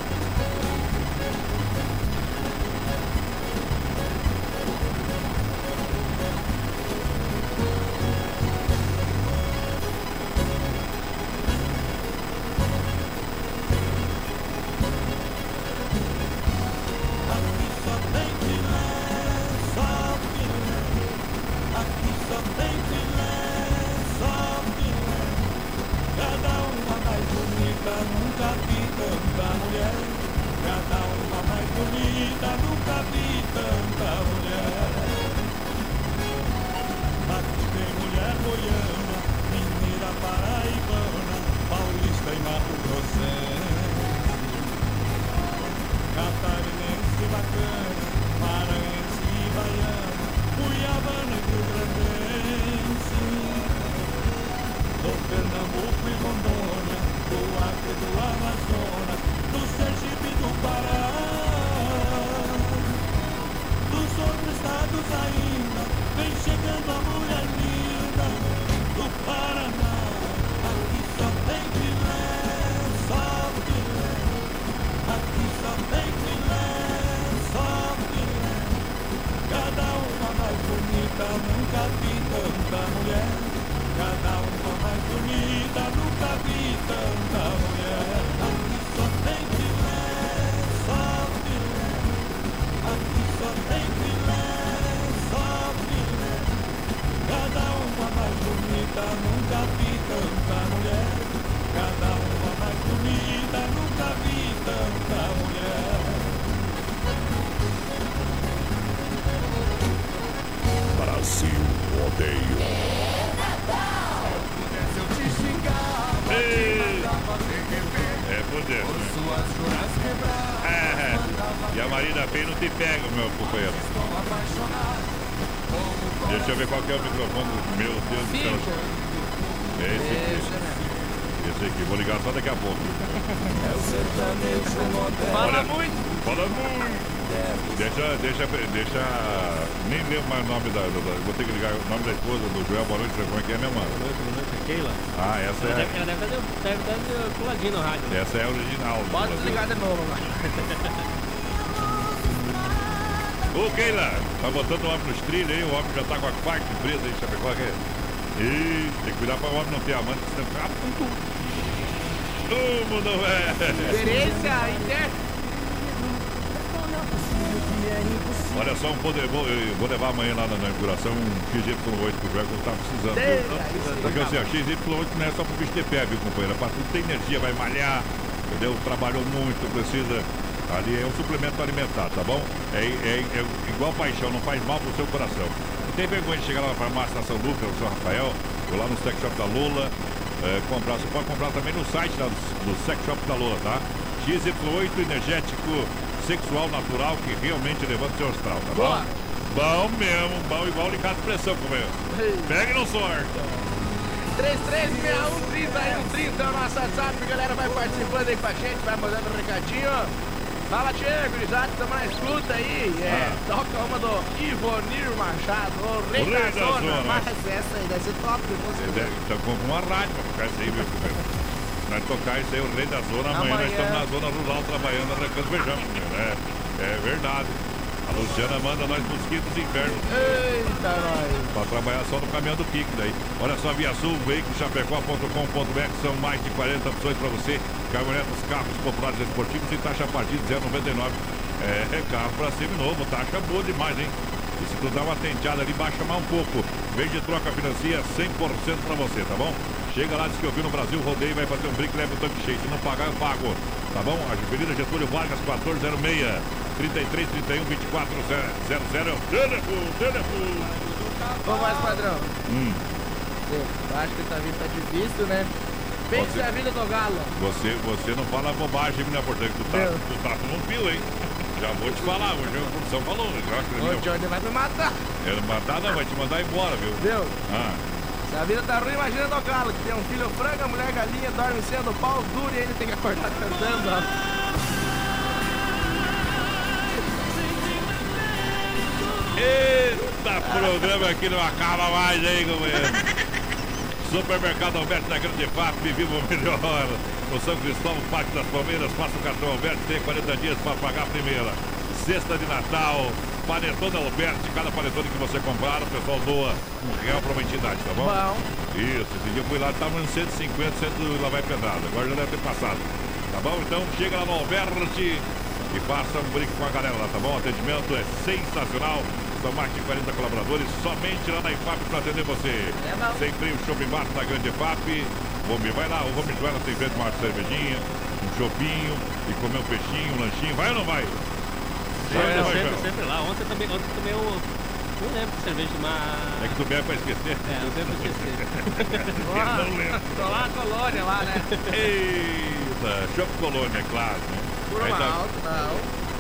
Aqui só tem filé, só filé. Aqui só tem filé, só filé. Cada uma mais bonita, nunca vi tanta mulher. Cada uma mais bonita, nunca vi tanta mulher. Aqui tem mulher goiana, mineira paraibana, paulista e Mato Grossense, catarinense bacana, maranhense e baiana, cuiabana e rio-grandense, do Pernambuco e Rondônia, do Acre e do Amazonas, do Sergipe e do Pará, dos outros estados ainda, vem chegando a mulher linda do Paraná. Aqui só tem filé, só filé. Aqui só tem filé, só filé. Cada uma mais bonita, nunca vi tanta mulher. Cada uma mais bonita, nunca vi tanta mulher. Aqui só tem filé, só filé. Aqui só tem filé, só filé. Cada uma mais bonita, nunca vi tanta mulher. Cada uma mais bonita, nunca vi tanta mulher. Brasil Rodeio. É, poder. É, e a Marina Pei não te pega, meu companheiro. Deixa eu ver qual que é o microfone. Meu Deus do céu. É esse aqui. Esse aqui, vou ligar só daqui a pouco. Fala muito. Fala muito. Deixa, deixa, deixa. Nem lembro mais o nome da, da. Vou ter que ligar o nome da esposa do Joel. Boa noite, como é que é, minha mãe? Boa noite, boa noite, Keila. Ah, essa ela é. Deve, ela deve estar deve, deve puladinho no rádio. Essa é a original. Pode desligar de novo, mano. Ô, Keila, tá botando o homem nos trilhos aí, o homem já tá com a quarta empresa aí, Chapecó aqui. E tem que cuidar pra o homem não ter amante, senão fica puto. Como não é? Experiência interna. Olha só, um poder, vou, vou levar amanhã lá na inauguração um X Y oito que o Jaguar tá precisando. Viu? Porque assim, a X Y oito não é só pro bicho ter pé, viu, companheiro? É pra tudo ter energia, vai malhar, entendeu? Trabalhou muito, precisa. Ali é um suplemento alimentar, tá bom? É, é, é igual paixão, não faz mal pro seu coração. Não tem vergonha de chegar lá na farmácia na São Lucas, no São Rafael, ou lá no Sex Shop da Lula, é, comprar. Você pode comprar também no site lá do, do Sex Shop da Lula, tá? X Y oito energético sexual natural que realmente levanta o seu astral, tá bom? Boa. Bom mesmo, bom igual ligado de pressão, companheiro. Pega e não sorte. três três seis um, trinta e um trinta é o nosso WhatsApp, a galera vai participando aí com a gente, vai mandando um recadinho. Fala, Tchê, gurizada, estamos na escuta aí. É, ah. Toca uma do Ivonir Machado, o Rei, o Rei da, da Zona. Zona. Mas essa aí deve ser top, você. Então compra uma rádio pra tocar isso aí, meu companheiro. Nós tocar isso aí, o Rei da Zona. Amanhã, amanhã nós estamos na zona rural trabalhando, arrancando feijão. É, é verdade. A Luciana manda nós mosquitos infernos. Eita, nós. Pra trabalhar só no caminhão do Kik daí. Olha só, Via Sul, veículo chapecó ponto com ponto b r, são mais de quarenta opções pra você. Caminhonetas, carros populares esportivos e taxa a partir de zero vírgula noventa e nove. É, carro pra cima novo, taxa boa demais, hein? E se tu dá uma tenteada ali, baixa mais um pouco. Vem de troca, financia cem por cento pra você, tá bom? Chega lá, diz que eu vi no Brasil, rodeio, vai fazer um brinco, leva o tanque cheio. Se não pagar, eu pago. Tá bom? Avenida Getúlio Vargas, quatorze zero seis, trinta e três, trinta e um, vinte e quatro, zero zero. É o telefone, telefone. Ô, mais padrão. Hum. Eu acho que essa vida tá difícil, né? Pense você, a vida do galo. Você, você não fala bobagem, menina Porteira, que tu tá, tu tá com um fio, hein? Já vou te falar, hoje a produção falou. O Johnny vai me matar. Ele não matar não, vai te mandar embora, viu? Viu? Ah. Se a vida tá ruim, imagina do galo, que tem um filho frango, a mulher galinha, dorme cedo, pau duro e ele tem que acordar cantando, ó. Eita, programa aqui não acaba mais, hein, companheiro? Supermercado Alberto da Grande F A P, viva o melhor. No São Cristóvão, Parque das Palmeiras, faça o cartão Alberto, tem quarenta dias para pagar a primeira. Cesta de Natal, panetone Alberto, cada panetone que você comprar, o pessoal doa um real para uma entidade, tá bom? Bom. Isso, esse dia eu fui lá, estava em cento e cinquenta, cento lá vai pedrada, agora já deve ter passado. Tá bom? Então chega lá no Alberto e faça um brinco com a galera lá, tá bom? O atendimento é sensacional. São mais de quarenta colaboradores, somente lá na I F A P para atender você. É sempre o Shopping Bar da Grande F A P. Vamos, vai lá, o Vamos vai lá, tem frente uma cervejinha, um chopinho e comer um peixinho, um lanchinho. Vai ou não vai? Vai, é, vai, sempre, sempre lá. Ontem também, ontem também eu não lembro de cerveja de uma... É que tu bebe pra esquecer? É, eu bebo pra esquecer. Eu não lembro. Tô lá na Colônia, lá, né? Eita, Shop Colônia, é claro, né? Por uma tá... alto, não.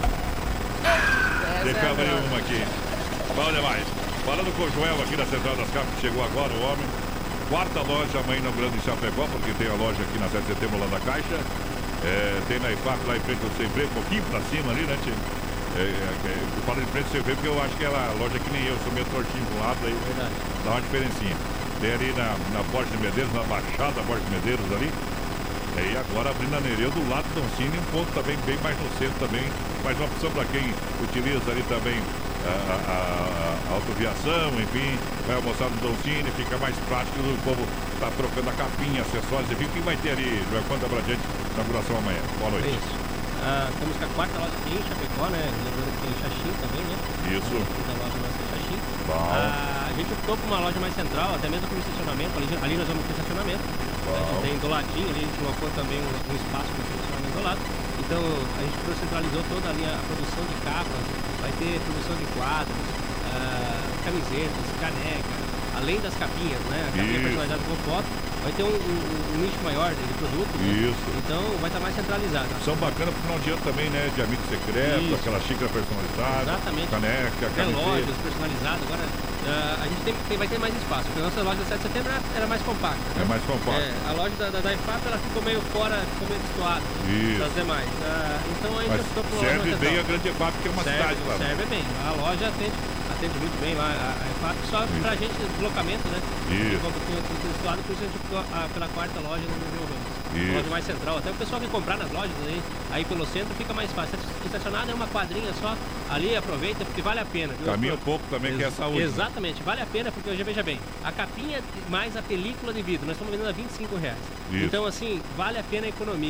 Deixa eu abrir uma aqui. Vamos demais. Falando com o Joel aqui na Central das Capas, que chegou agora o homem. Quarta loja amanhã inaugurando em Chapecó, porque tem a loja aqui na sete de setembro lá da Caixa. É, tem na I F A P lá em frente ao Sem Freio, um pouquinho pra cima ali, né, tio? É, é, eu falo de frente ao Sem Freio porque eu acho que ela, a loja que nem eu, sou meio tortinho pro lado, aí verdade, dá uma diferencinha. Tem ali na, na Borges de Medeiros, na Baixada Borges de Medeiros ali. E agora abrindo a Nereu do lado do Doncini, um ponto também bem mais no centro também. Mais uma opção para quem utiliza ali também a, a, a, a autoviação, enfim, vai almoçar no Doncini, fica mais prático, o povo tá trocando a capinha, acessórios, enfim, o que vai ter ali, Joel? Conta pra gente, inauguração amanhã. Boa noite. Isso. Ah, estamos com a quarta loja aqui em Chapecó, né? Lembrando que tem Xaxim também, né? Isso. A quinta loja nossa é Xaxim. Ah, a gente optou por uma loja mais central, até mesmo com estacionamento. Ali, ali nós vamos ter estacionamento. A gente tem do ladinho, ali a gente colocou também um, um espaço para estacionamento do lado. Então a gente centralizou toda ali a produção de capas, vai ter produção de quadros, uh, camisetas, canecas, além das capinhas, né? A capinha personalizada com foto. Vai ter um, um, um nicho maior de produto, né? Isso. Então vai estar mais centralizado. São bacanas pro final de ano também, né? De amigo secreto, Isso. aquela xícara personalizada. Exatamente. Caneca, relógios personalizados. Agora uh, a gente tem, tem, vai ter mais espaço, porque a nossa loja da sete de setembro era, era mais compacta. Né? É mais compacta. É, a loja da, da, da I F A P ela ficou meio fora, ficou meio destoada das demais. Uh, então a gente optou por uma serve loja bem a Grande F A P, que é uma serve, cidade lá. Serve bem. A loja atende, atende muito bem lá. A, a I F A P só Isso. pra gente deslocamento, né? Isso. Enquanto tinha tudo destoado, por isso a gente optou a, pela quarta loja no desenvolvimento. Isso. Loja mais central. Até o pessoal que comprar nas lojas aí, aí pelo centro fica mais fácil. Estacionado é uma quadrinha só, ali aproveita porque vale a pena. Viu? Caminha um pouco também, Ex que é a saúde. Exatamente, vale a pena porque hoje, veja bem, a capinha mais a película de vidro, nós estamos vendendo a vinte e cinco reais. Isso. Então assim, vale a pena a economia.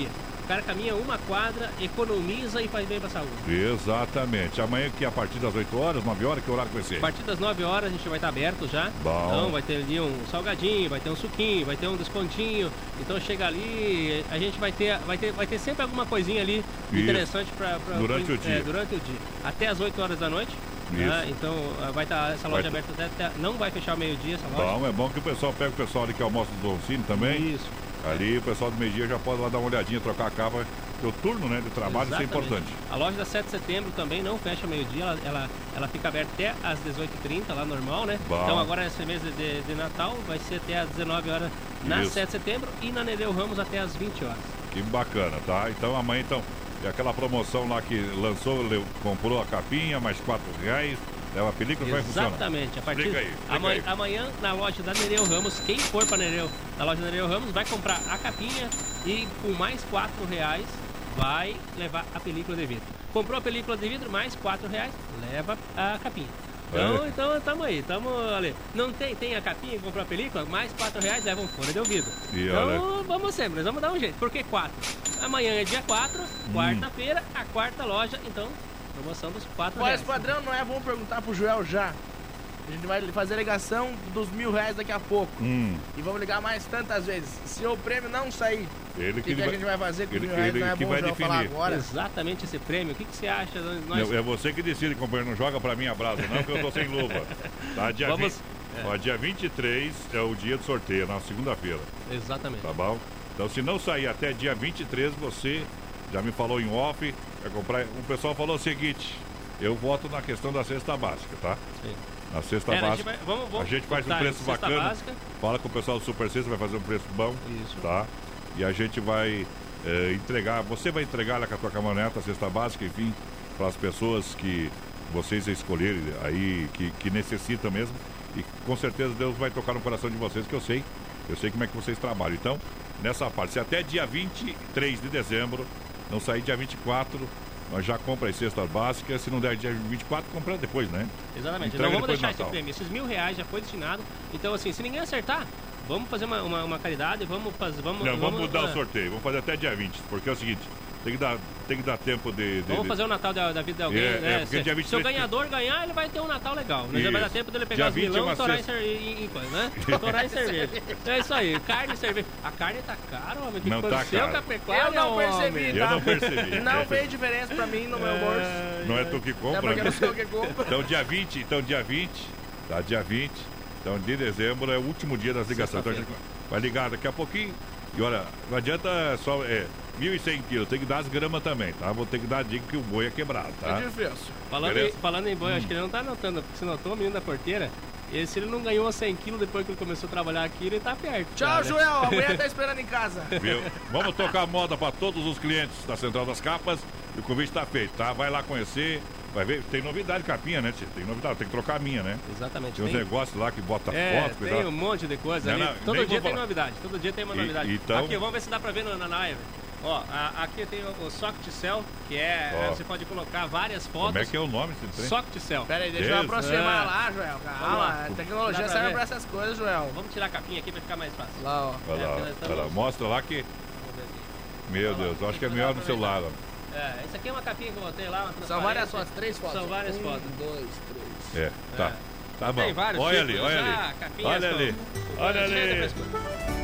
cara caminha uma quadra, economiza e faz bem pra saúde. Exatamente. Amanhã que a partir das oito horas, nove horas, que horário vai ser? A partir das nove horas a gente vai estar aberto já. Bom. Então vai ter ali um salgadinho, vai ter um suquinho, vai ter um descontinho. Então chega ali, a gente vai ter, vai ter, vai ter sempre alguma coisinha ali Isso. interessante para durante pra, o dia. É, durante o dia. Até as oito horas da noite. Né? Então vai estar essa loja vai aberta até, até. Não vai fechar o meio-dia essa loja. Bom, é bom que o pessoal pega o pessoal ali que almoça do Doncini também. Isso. Ali o pessoal do meio-dia já pode lá dar uma olhadinha, trocar a capa. O turno, né, de trabalho, Exatamente. Isso é importante. A loja da sete de setembro também não fecha meio-dia, ela, ela, ela fica aberta até às dezoito e trinta, lá normal, né? Bom. Então agora esse mês de, de, de Natal vai ser até às dezenove horas na Isso. sete de setembro e na Nereu Ramos até às vinte horas. Que bacana, tá? Então amanhã, então, é aquela promoção lá que lançou, leu- comprou a capinha, mais quatro reais, leva a película, como é que funciona? Exatamente. A partir Explica aí, explica amanhã, aí. amanhã na loja da Nereu Ramos, quem for para Nereu, na loja da Nereu Ramos vai comprar a capinha e com mais quatro reais vai levar a película de vidro. Comprou a película de vidro, mais quatro reais, leva a capinha. Então, É. então tamo aí, tamo ali. Não tem, tem a capinha, comprou a película, mais quatro reais, leva um fone de ouvido. E então olha- vamos sempre, nós vamos dar um jeito. Por que quatro? Amanhã é dia quatro, Hum. quarta-feira, a quarta loja, então promoção dos quatro Mas reais. padrão, não é? Vamos perguntar pro Joel já. A gente vai fazer a ligação dos mil reais daqui a pouco. Hum, E vamos ligar mais tantas vezes. Se o prêmio não sair, ele o que, que, que a vai- gente vai fazer com os ele- mil reais? ele Não é que bom vai o Joel falar definir. agora. Exatamente esse prêmio, o que, que você acha? Nós... Não, é você que decide, companheiro. Não joga pra mim a brasa, não, porque eu tô sem luva. Tá? Dia, Vamos- vinte, é. ó, dia vinte e três é o dia do sorteio, na segunda-feira. Exatamente. Tá bom? Então, se não sair até dia vinte e três, você já me falou em off. Vai comprar. O pessoal falou o seguinte: eu voto na questão da cesta básica, tá? Sim. Na cesta É, a gente básica. vai- vamos- vamos a gente faz um botar em preço cesta bacana. básica. Fala com o pessoal do Super Sexta, vai fazer um preço bom. Isso. Tá? E a gente vai eh, entregar. Você vai entregar lá com a tua caminhoneta, a cesta básica, enfim, para as pessoas que vocês escolherem aí, que, que necessitam mesmo. E com certeza Deus vai tocar no coração de vocês, que eu sei. Eu sei como é que vocês trabalham. Então, nessa parte, se até dia vinte e três de dezembro, não sair dia vinte e quatro, nós já compra as cestas básicas. Se não der dia vinte e quatro, compra depois, né? Exatamente. Entrega Não vamos depois do deixar esse Natal. prêmio. Esses mil reais já foi destinado. Então, assim, se ninguém acertar, vamos fazer uma, uma, uma caridade, vamos fazer. Vamos, Não, vamos mudar ah, o sorteio. Vamos fazer até dia vinte, porque é o seguinte, tem que dar, tem que dar tempo de. de- Vamos de- fazer o Natal da, da vida de alguém, É, né? é, porque se, dia vinte e se o três ganhador ganhar, ele vai ter um Natal legal. Mas Isso. vai dar tempo dele Dia pegar os vinte é milão uma e torar em, sexta. cer- em, em coisa, né? Torar em cerveja. É isso aí, carne e cerveja. A carne tá cara, homem. Que Não tá aconteceu cara. com a pecuária, Eu não homem? percebi, Eu tá? não percebi. Não fez diferença pra mim no meu bolso. Não é tu que É compra, porque né? não sou eu que compra. Então dia vinte, então dia vinte, tá? Dia vinte, então de dezembro é o último dia das ligações. Então a gente vai ligar daqui a pouquinho. E olha, não adianta só. É, mil e cem quilos, tem que dar as gramas também, tá? Vou ter que dar a dica que o boi é quebrado, tá? É difícil. Falando em, Beleza? falando em boi, Hum. acho que ele não tá anotando, porque se notou, o menino da porteira, e se ele não ganhou cem quilos depois que ele começou a trabalhar aqui, ele tá perto. Tchau, cara. Joel. A mulher tá esperando em casa. Viu? Vamos tocar moda para todos os clientes da Central das Capas. E o convite está feito, tá? Vai lá conhecer, vai ver. Tem novidade capinha, né, tia? Tem novidade, tem que trocar a minha, né? Exatamente. Tem uns tem- negócios lá que bota É, foto, tem cuidado. um monte de coisa Não, ali. não, Todo nem dia vou tem falar. novidade. Todo dia tem uma E- novidade. então- Aqui, vamos ver se dá pra ver no- na live. Ó, a- aqui tem o, o Socket Cell, que é. Ó. Você pode colocar várias fotos. Como é que é o nome desse trem? Socket Cell. Pera aí, deixa eu Deus. aproximar É. lá, Joel. Vamos Calma. lá. A tecnologia Dá pra serve ver? pra essas coisas, Joel. Vamos tirar a capinha aqui pra ficar mais fácil. Lá, ó. Olha lá, É, porque nós olha lá, estamos- mostra lá que. Vamos ver aqui. Meu Deus, eu acho que é melhor no celular. ó. É, essa aqui é uma capinha que eu botei lá. Uma São várias transparência. fotos, três fotos. São várias um, fotos. dois, três. É, tá. Tá bom. Tem vários Olha tipos ali, olha já, ali. capinhas Olha com- ali. com Olha cheia de ali. frescura.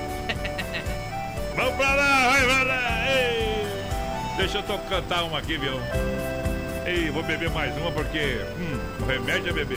Vamos pra lá, vai pra lá. Ei. Deixa eu to- cantar uma aqui, viu? Ei, vou beber mais uma porque hum, o remédio é beber.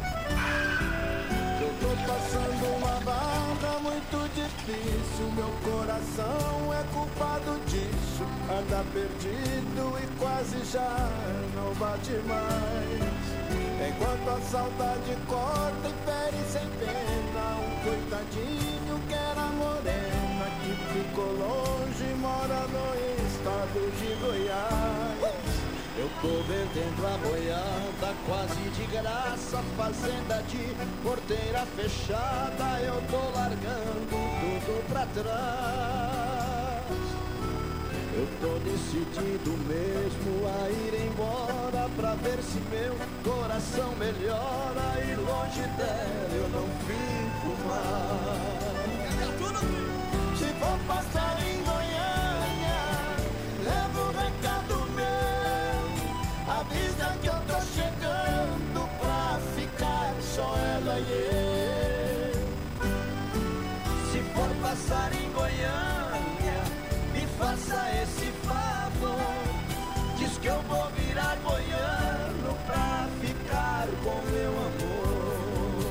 Eu tô passando uma barra muito difícil. Meu coração é culpado disso. Anda perdido e quase já não bate mais. Enquanto a saudade corta e fere sem pena. Um coitadinho que era morena, que ficou longe e mora no estado de Goiás. Eu tô vendendo a boiada quase de graça, fazenda de porteira fechada, eu tô largando tudo pra trás. Eu tô decidido mesmo a ir embora pra ver se meu coração melhora e longe dela eu não fico mais. Se for passar em Goiânia, passar em Goiânia, me faça esse favor. Diz que eu vou virar goiano pra ficar com meu amor.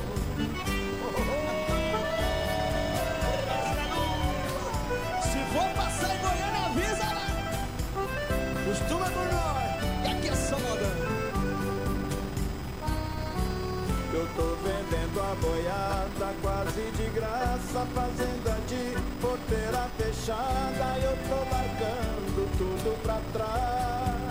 Se for passar em Goiânia, avisa lá. Costuma por nós, e aqui é só modão. Eu tô vendendo a boiada quase de graça, fazenda de porteira fechada, eu tô largando tudo pra trás.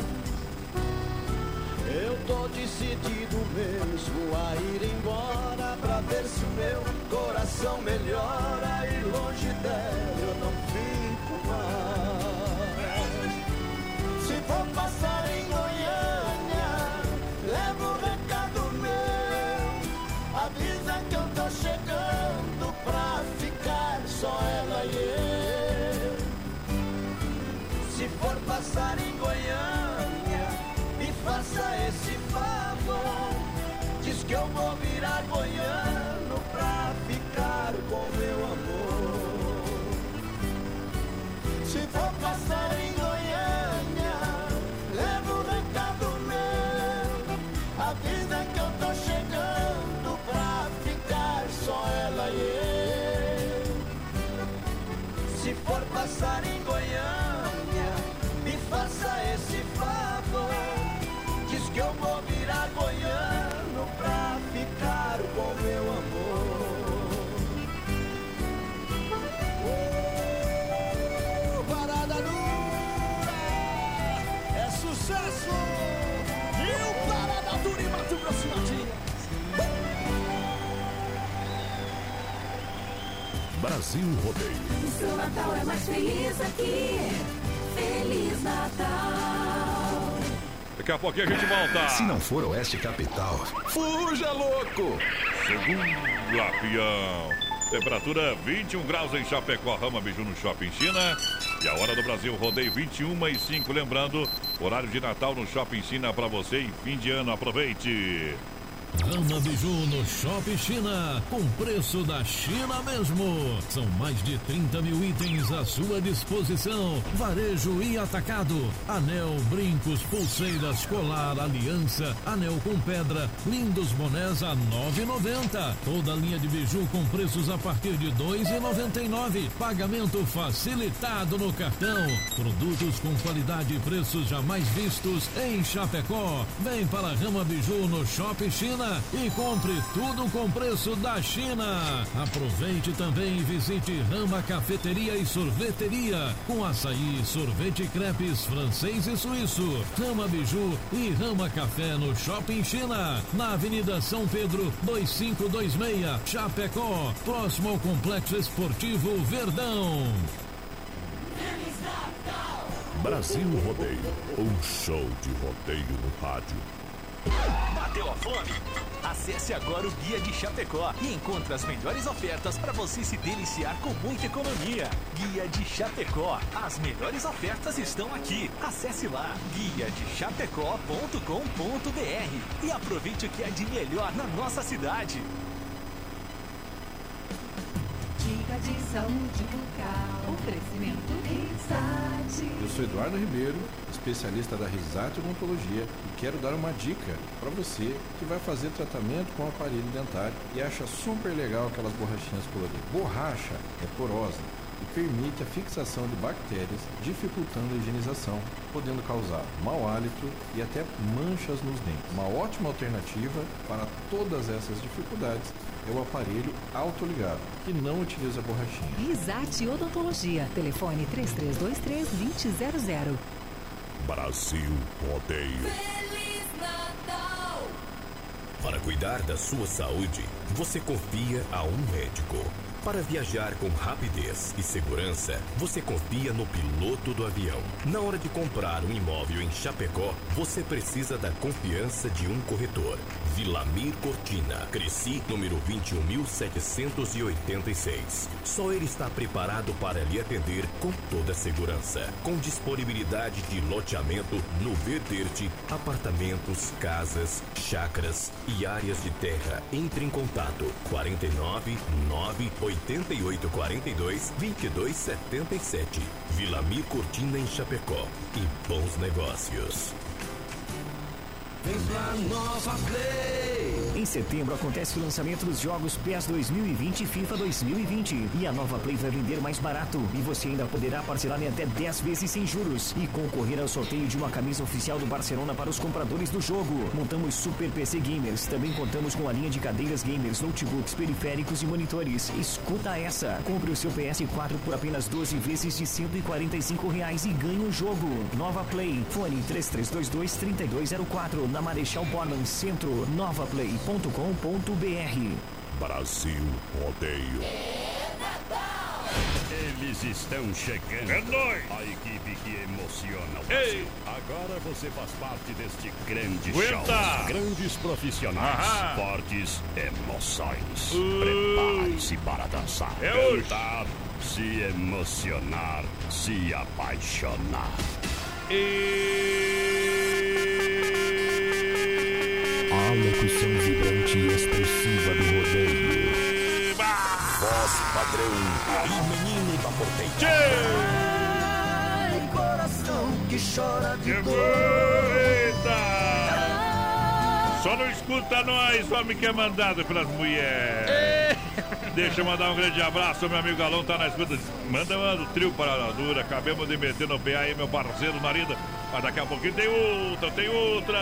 Eu tô decidido mesmo a ir embora, pra ver se meu coração melhora, e longe dela eu não fico mais. Se for passar em Goiânia, leva o recado meu, avisa que eu tô chegando pra ficar só ela e eu. Se for passar em Goiânia, me faça esse favor. Diz que eu vou virar goiano pra ficar com meu amor. Se for passar em Goiânia, leva o recado meu, avisa que eu tô chegando pra ficar só ela e eu. Se for passar em Goiânia, me faça esse favor. Diz que eu vou virar goiano pra ficar com meu amor. Uh, parada dura é sucesso. E o Parada Dura em Mato Grosso e Matias. Brasil Rodeio. O seu Natal é mais feliz aqui. Feliz Natal. Daqui a pouquinho a gente volta. Se não for Oeste Capital, fuja, louco! Segundo peão. Temperatura vinte e um graus em Chapecó, Rama Biju no Shopping China. E a hora do Brasil Rodeio vinte e uma e cinco. Lembrando, horário de Natal no Shopping China para você e fim de ano. Aproveite. Rama Biju no Shopping China, com preço da China mesmo. São mais de trinta mil itens à sua disposição. Varejo e atacado. Anel, brincos, pulseiras, colar, aliança, anel com pedra, lindos bonés a nove reais e noventa centavos. Toda linha de biju com preços a partir de dois reais e noventa e nove centavos. Pagamento facilitado no cartão. Produtos com qualidade e preços jamais vistos em Chapecó. Vem para Rama Biju no Shopping China e compre tudo com preço da China. Aproveite também e visite Rama Cafeteria e Sorveteria, com açaí, sorvete e crepes francês e suíço. Rama Biju e Rama Café no Shopping China, na Avenida São Pedro dois cinco dois seis, Chapecó, próximo ao Complexo Esportivo Verdão. Brasil Rodeio, um show de rodeio no rádio. Bateu a fome? Acesse agora o Guia de Chapecó e encontre as melhores ofertas para você se deliciar com muita economia. Guia de Chapecó. As melhores ofertas estão aqui. Acesse lá guia de chapecó ponto com ponto br e aproveite o que é de melhor na nossa cidade. Dica de saúde bucal, oferecimento Risate. Eu sou Eduardo Ribeiro, especialista da Risate Odontologia, e quero dar uma dica para você que vai fazer tratamento com aparelho dentário e acha super legal aquelas borrachinhas coloridas. Borracha é porosa e permite a fixação de bactérias, dificultando a higienização, podendo causar mau hálito e até manchas nos dentes. Uma ótima alternativa para todas essas dificuldades é o aparelho autoligado, que não utiliza borrachinha. Risate Odontologia. Telefone três três dois três, dois zero zero zero. Brasil Rodeio. Feliz Natal! Para cuidar da sua saúde, você confia a um médico. Para viajar com rapidez e segurança, você confia no piloto do avião. Na hora de comprar um imóvel em Chapecó, você precisa da confiança de um corretor. Vilamir Cortina, Cresci, número vinte e um mil setecentos e oitenta e seis. Só ele está preparado para lhe atender com toda a segurança. Com disponibilidade de loteamento no Verderte, apartamentos, casas, chácaras e áreas de terra. Entre em contato quarenta e nove, nove oito oito oito quatro dois, dois dois sete sete. Vila Mir Cortina em Chapecó. E bons negócios. Vem pra Nova Play. Em setembro acontece o lançamento dos jogos P E S dois mil e vinte e FIFA dois mil e vinte. E a Nova Play vai vender mais barato. E você ainda poderá parcelar em até dez vezes sem juros. E concorrer ao sorteio de uma camisa oficial do Barcelona para os compradores do jogo. Montamos Super P C Gamers. Também contamos com a linha de cadeiras gamers, notebooks, periféricos e monitores. Escuta essa. Compre o seu P S quatro por apenas doze vezes de cento e quarenta e cinco reais e ganhe o jogo. Nova Play. Fone três três dois dois, três dois zero quatro. Na Marechal Bormann Centro, novaplay ponto com ponto b r. Brasil Rodeio. Eles estão chegando. É nóis. A equipe que emociona o Ei. Brasil. Agora você faz parte deste grande Aguenta. show. Grandes profissionais, Aham. fortes emoções. Uh. Prepare-se para dançar, É hoje. cantar, se emocionar, se apaixonar. A locução vibrante e expressiva do rodeio. Voz padrão e menino da porteira. Ai, coração que chora de Chegou! Eita! Só não escuta nós, homem que é mandado pelas mulheres. Deixa eu mandar um grande abraço, meu amigo Galão tá na escuta. Manda, manda o trio Paradura. Acabamos de meter no P A aí, meu parceiro Narida. Mas daqui a pouquinho tem outra, tem outra.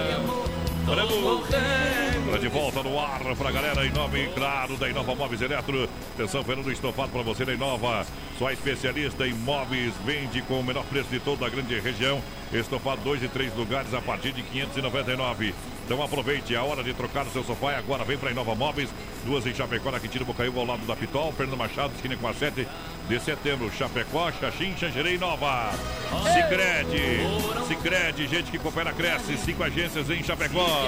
Olha, Olha de volta no ar pra galera, em nome, claro, da Inova Móveis Eletro. Atenção, Fernando Estofado pra você da Inova. Só especialista em móveis, vende com o menor preço de toda a grande região. Estofado dois e três lugares a partir de quinhentos e noventa e nove. Então aproveite, é a hora de trocar o seu sofá. Agora vem pra Inova Móveis. Duas em Chapecó, na Quintino Bocaiúva, ao lado da Pitol. Fernando Machado, esquina com a sete de setembro. Chapecó, Xaxim, Xangerei, Nova. Sicredi, Sicredi, gente que coopera, cresce. Cinco agências em Chapecó.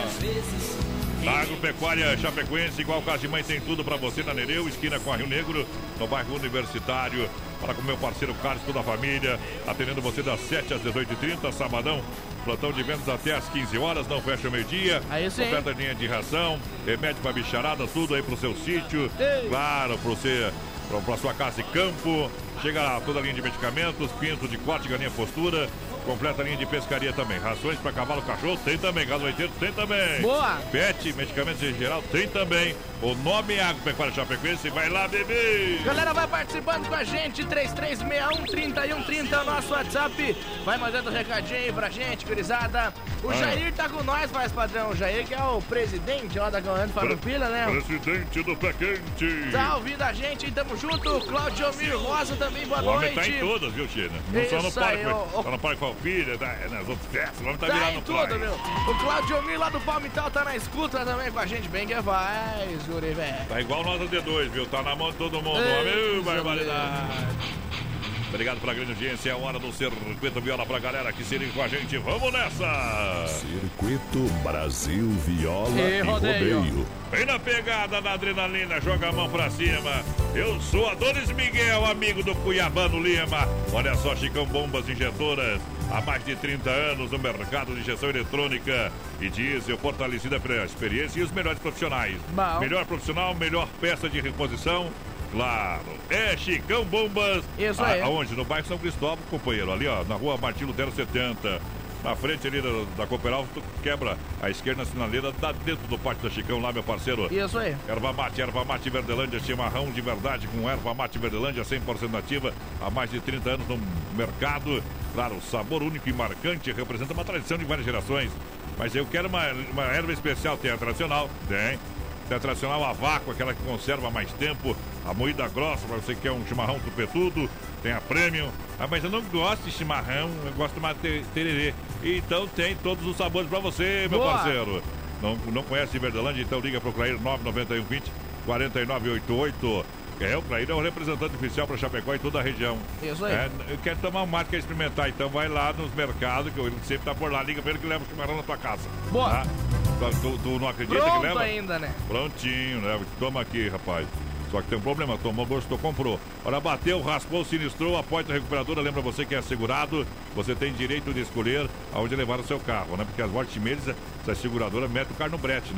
Agropecuária Chapecoense, igual casa de mãe, tem tudo pra você na Nereu, esquina com a Rio Negro, no bairro Universitário. Para com meu parceiro Carlos, toda a família, atendendo você das sete às dezoito e trinta, sabadão. Plantão de vendas até às quinze horas, não fecha o meio-dia. Aí sim. Oferta de linha de ração, remédio pra bicharada, tudo aí pro seu sítio. Ei. Claro, pro você, pra, pra sua casa e campo. Chega lá, toda a linha de medicamentos, pinto de corte, galinha postura. Completa a linha de pescaria também. Rações para cavalo, cachorro, tem também. Gado leiteiro, tem também. Boa! Pet, medicamentos em geral, tem também. O nome é Agropecuária Chapecoense. Vai lá, bebê! Galera, vai participando com a gente. três três seis um, três um três zero é o nosso WhatsApp. Vai mandando um recadinho aí pra gente, gurizada. O Ah. Jair tá com nós, mais padrão. O Jair, que é o presidente lá da Galante Farroupilha, né? Presidente do Pé Quente. Tá ouvindo a gente, tamo junto. Claudio Mir Rosa também, boa O homem noite. tá em todas, viu, China? Não só no Isso parque, aí, ó. só no parque Farroupilha, tá, é nas outras festas. O homem tá, Tá virado em no tudo, praia. meu. O Claudio Mir lá do Palmital tá na escuta também com a gente. Bem que vai, Guri, velho. Tá igual nota D dois, viu? Tá na mão de todo mundo. Ei, Meu, barbaridade. Obrigado pela grande audiência. É a hora do Circuito Viola pra galera que se liga com a gente. Vamos nessa! Circuito Brasil Viola E e, rodeio. rodeio. Vem na pegada da adrenalina, joga a mão pra cima. Eu sou Adonis Miguel, amigo do Cuiabano Lima. Olha só, Chicão Bombas Injetoras. Há mais de trinta anos no mercado de injeção eletrônica e diesel, fortalecida pela experiência e os melhores profissionais. Bom. Melhor profissional, melhor peça de reposição. Claro, é Chicão Bombas. Isso A- aí. Aonde? No bairro São Cristóvão, companheiro. Ali, ó, na rua Martim Lutero setenta. Na frente ali da, da Cooperal, tu quebra a esquerda na sinaleira, dá dentro do pátio da Chicão lá, meu parceiro. Isso aí. Erva mate, erva mate Verdelândia, chimarrão de verdade com erva mate Verdelândia, cem por cento nativa, há mais de trinta anos no mercado. Claro, sabor único e marcante, representa uma tradição de várias gerações. Mas eu quero uma, uma erva especial, tem a tradicional, tem. Tem a tradicional a vácuo, aquela que conserva mais tempo. A moída grossa, para você que quer um chimarrão tupetudo. Tem a premium. Ah, mas eu não gosto de chimarrão, eu gosto mais de tererê. Então tem todos os sabores para você, meu Boa. parceiro. Não, não conhece Verdelândia? Então liga pro Clair nove nove um vinte, quatro nove oito oito. É, o Clair é o representante oficial para Chapecó e toda a região. Isso aí. É, eu quero tomar um mate, quero experimentar. Então vai lá nos mercados, que eu sempre tá por lá. Liga pra ele que leva o chimarrão na tua casa. Boa. Tá? Tu, tu- tu não acredita Pronto que leva? ainda, né? Prontinho, né? Toma aqui, rapaz. Só que tem um problema, tomou, gostou, comprou. Olha, bateu, raspou, sinistrou, a porta recuperadora, lembra você que é segurado, você tem direito de escolher aonde levar o seu carro, né? Porque as voltas meses, essa seguradora mete o carro no brete, né?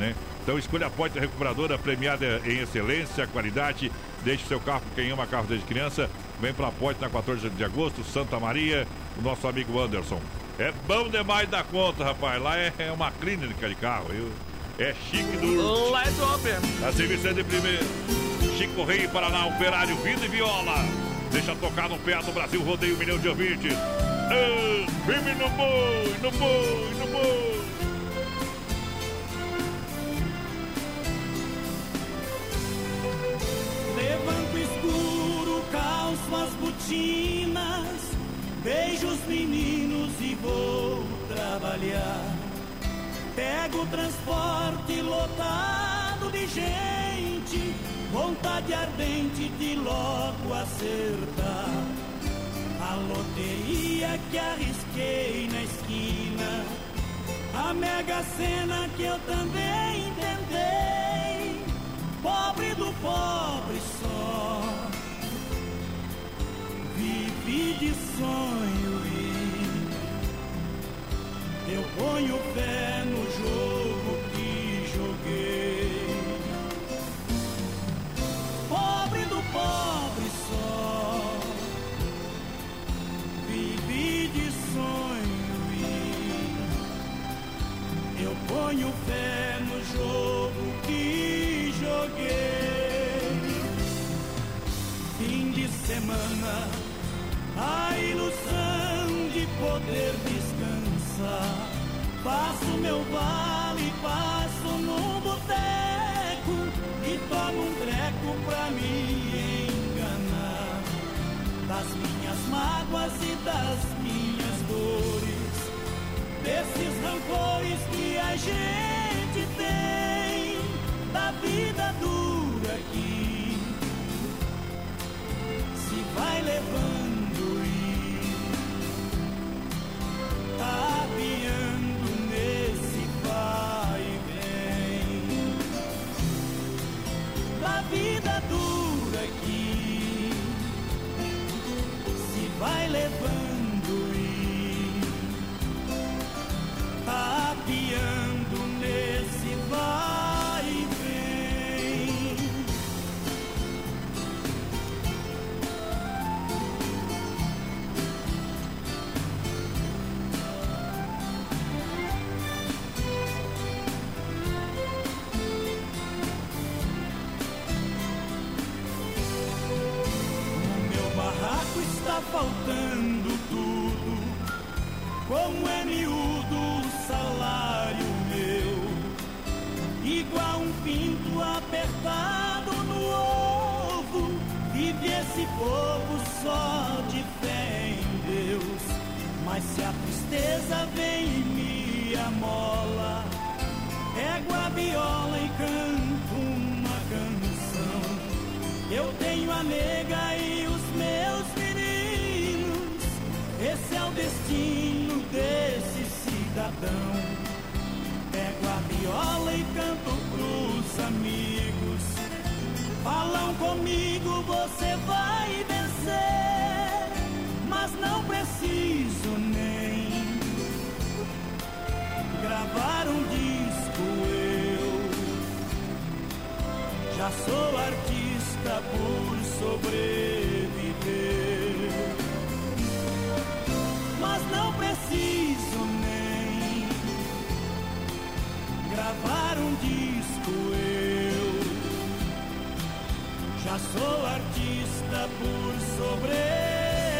Então escolha a Poitra Recuperadora, premiada em excelência, qualidade. Deixe seu carro, quem ama carro desde criança. Vem pra Poitra na quatorze de agosto, Santa Maria, o nosso amigo Anderson. É bom demais da conta, rapaz. Lá é, é uma clínica de carro, viu? É chique do... Lá é top. A serviço é de primeiro. Chico Rei, Paraná, Operário, Vida e Viola. Deixa tocar no pé do Brasil, rodeio um milhão de ouvintes. Ah, firme no boi, no boi, no boi. Levanto escuro, calço as botinas, beijo os meninos e vou trabalhar. Pego o transporte lotado de gente, vontade ardente de logo acertar. A loteria que arrisquei na esquina, a Mega Sena que eu também tentei. Pobre do pobre só, vivi de sonho e eu ponho fé no jogo que joguei. Pobre do pobre só, vivi de sonho e eu ponho fé no jogo que joguei. Fim de semana, a ilusão de poder descansar. Faço meu vale, passo num boteco e tomo um treco pra me enganar. Das minhas mágoas e das minhas dores, desses rancores que a gente tem, da vida dura que se vai levando e apiando nesse vai e vem, da vida dura que se vai levando e apiando nesse vai e vem. No meu barraco está faltando tudo, como é miúdo o salário meu, igual um pinto apertado no ovo. Vive esse povo só de fé em Deus, mas se a tristeza vem e me amola, pego a viola e canto uma canção. Eu tenho a nega e os meus meninos, esse é o destino desse cidadão. Pego a viola e canto pros amigos, falam comigo, você vai vencer, mas não preciso nem gravar um disco, eu já sou artista por sobreviver. Mas não preciso nem gravar um disco, eu já sou artista por sobreviver.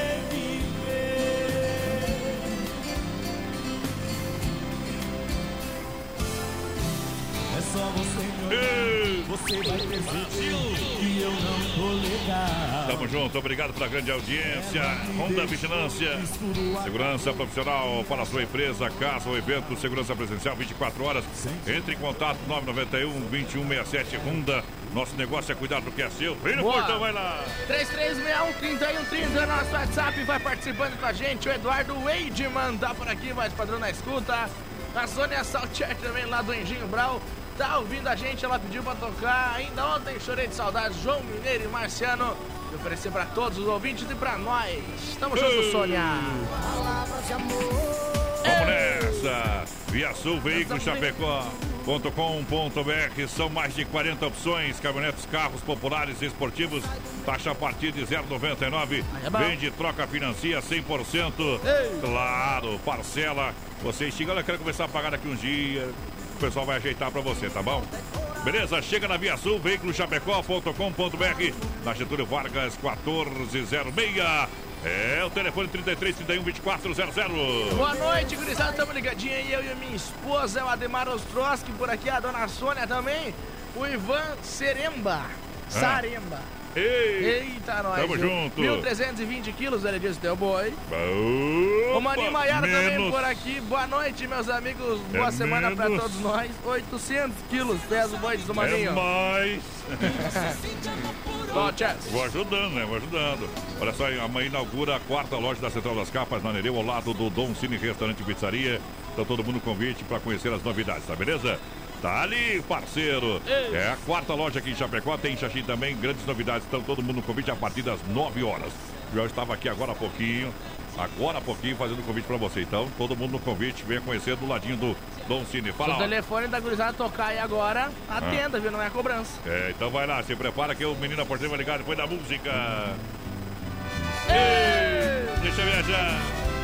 É só você me olhar, você vai perceber que eu não tô legal. Tamo junto, obrigado pela grande audiência. Honda Vigilância, segurança profissional para a sua empresa, casa ou evento, segurança presencial vinte e quatro horas. Entre em contato nove nove um, dois um seis sete Honda. Nosso negócio é cuidar do que é seu. Vem no Boa. portão, vai lá. três três seis um, três um três zero, nosso WhatsApp, vai participando com a gente. O Eduardo Weidman tá por aqui, mais padrão na escuta. A Sônia Saltier também lá do Engenho Brau tá ouvindo a gente, ela pediu pra tocar. Ainda ontem chorei de saudade, João Mineiro e Marciano. E oferecer pra todos os ouvintes e pra nós. Tamo junto, Sônia. Vamos nessa. Via Sul, Veículo Chapecó. ponto com ponto b r. São mais de quarenta opções, caminhonetes, carros populares e esportivos. Taxa a partir de zero vírgula noventa e nove. Vende, troca, financia cem por cento. Ei. Claro, parcela. Você chega, olha, quero começar a pagar daqui uns dias. O pessoal vai ajeitar pra você, tá bom? Beleza? Chega na Via Sul, veículo chapecó ponto com ponto b r. Na Getúlio Vargas, quatorze zero seis. É o telefone trinta e três, trinta e um, vinte e quatro zero zero. Boa noite, gurizada. Estamos ligadinhos aí. Eu e a minha esposa, o Ademar Ostroski, por aqui, a dona Sônia também. O Ivan Seremba. Ah. Saremba. Ei. Eita, nós. Tamo junto. mil trezentos e vinte quilos, ele disse, teu boi. Opa, o Maninho Maiara menos. também por aqui. Boa noite, meus amigos. Boa é semana menos. pra todos nós. oitocentos quilos pesa o boi do Maninho. É mais. Dodgers. Vou ajudando, né? Vou ajudando. Olha só, amanhã inaugura a quarta loja da Central das Capas, na Nereu, ao lado do Dom Cine Restaurante e Pizzaria. Então todo mundo convite para conhecer as novidades, tá beleza? Tá ali, parceiro. Ei. É a quarta loja aqui em Chapecó, tem em Xaxim também, grandes novidades. Então todo mundo no convite a partir das nove horas. Eu estava aqui agora há pouquinho, agora há pouquinho fazendo convite para você. Então todo mundo no convite, venha conhecer do ladinho do Dom Cine. Fala. Se o telefone da gurizada tocar aí agora, atenda, ah. viu? Não é cobrança. É, então vai lá, se prepara que o menino porteiro vai ligar depois da música. Ei. Deixa eu viajar.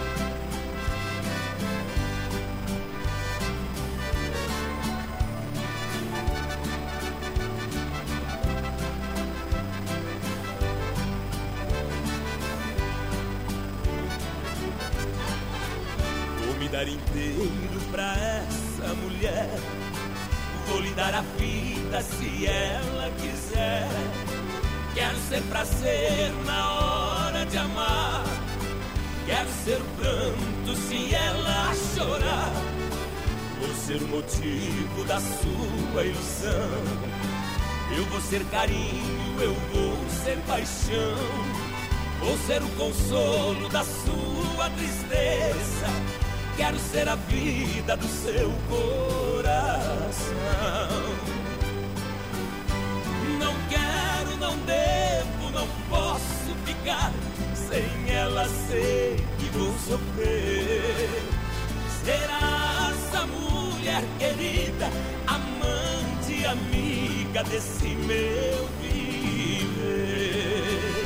Dar inteiro pra essa mulher, vou lhe dar a vida se ela quiser. Quero ser pra ser na hora de amar, quero ser pranto se ela chorar, vou ser o motivo da sua ilusão. Eu vou ser carinho, eu vou ser paixão, vou ser o consolo da sua tristeza. Quero ser a vida do seu coração. Não quero, não devo, não posso ficar sem ela, sei que vou sofrer. Será essa mulher querida, amante, amiga desse meu viver.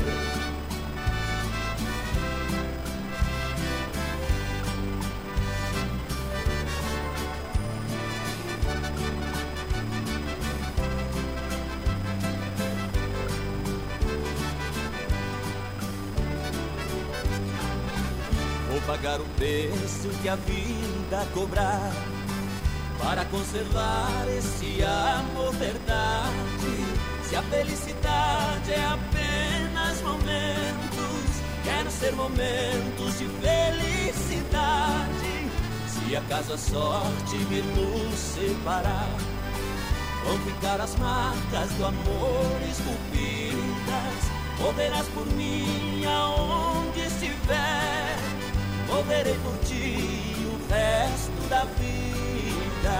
Pagar o preço que a vida cobrar para conservar esse amor verdade. Se a felicidade é apenas momentos, quero ser momentos de felicidade. Se acaso a sorte vir nos separar, vão ficar as marcas do amor esculpidas. Morrerás por mim aonde estiver, morrerei por ti o resto da vida.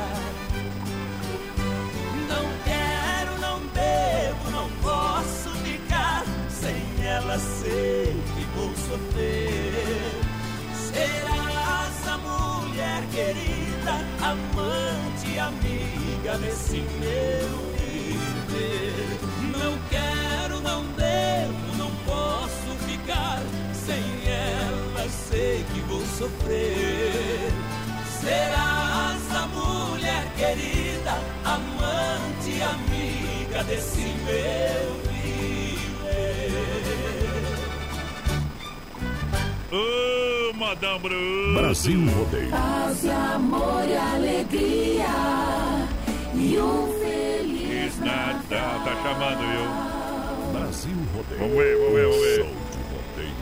Não quero, não devo, não posso ficar sem ela, sei que vou sofrer. Serás a mulher querida, amante, amiga desse meu viver. Não quero, não devo, não posso ficar sem ela, sei que vou sofrer. Serás a mulher querida, amante, amiga desse meu viver. Ô, oh, Madame Bruno. Brasil Rodeio. Paz e amor e alegria e um feliz Natal. Tá chamando, viu? Brasil Rodeio. Vamos ver, vamos ver, vamos ver. Show de rodeio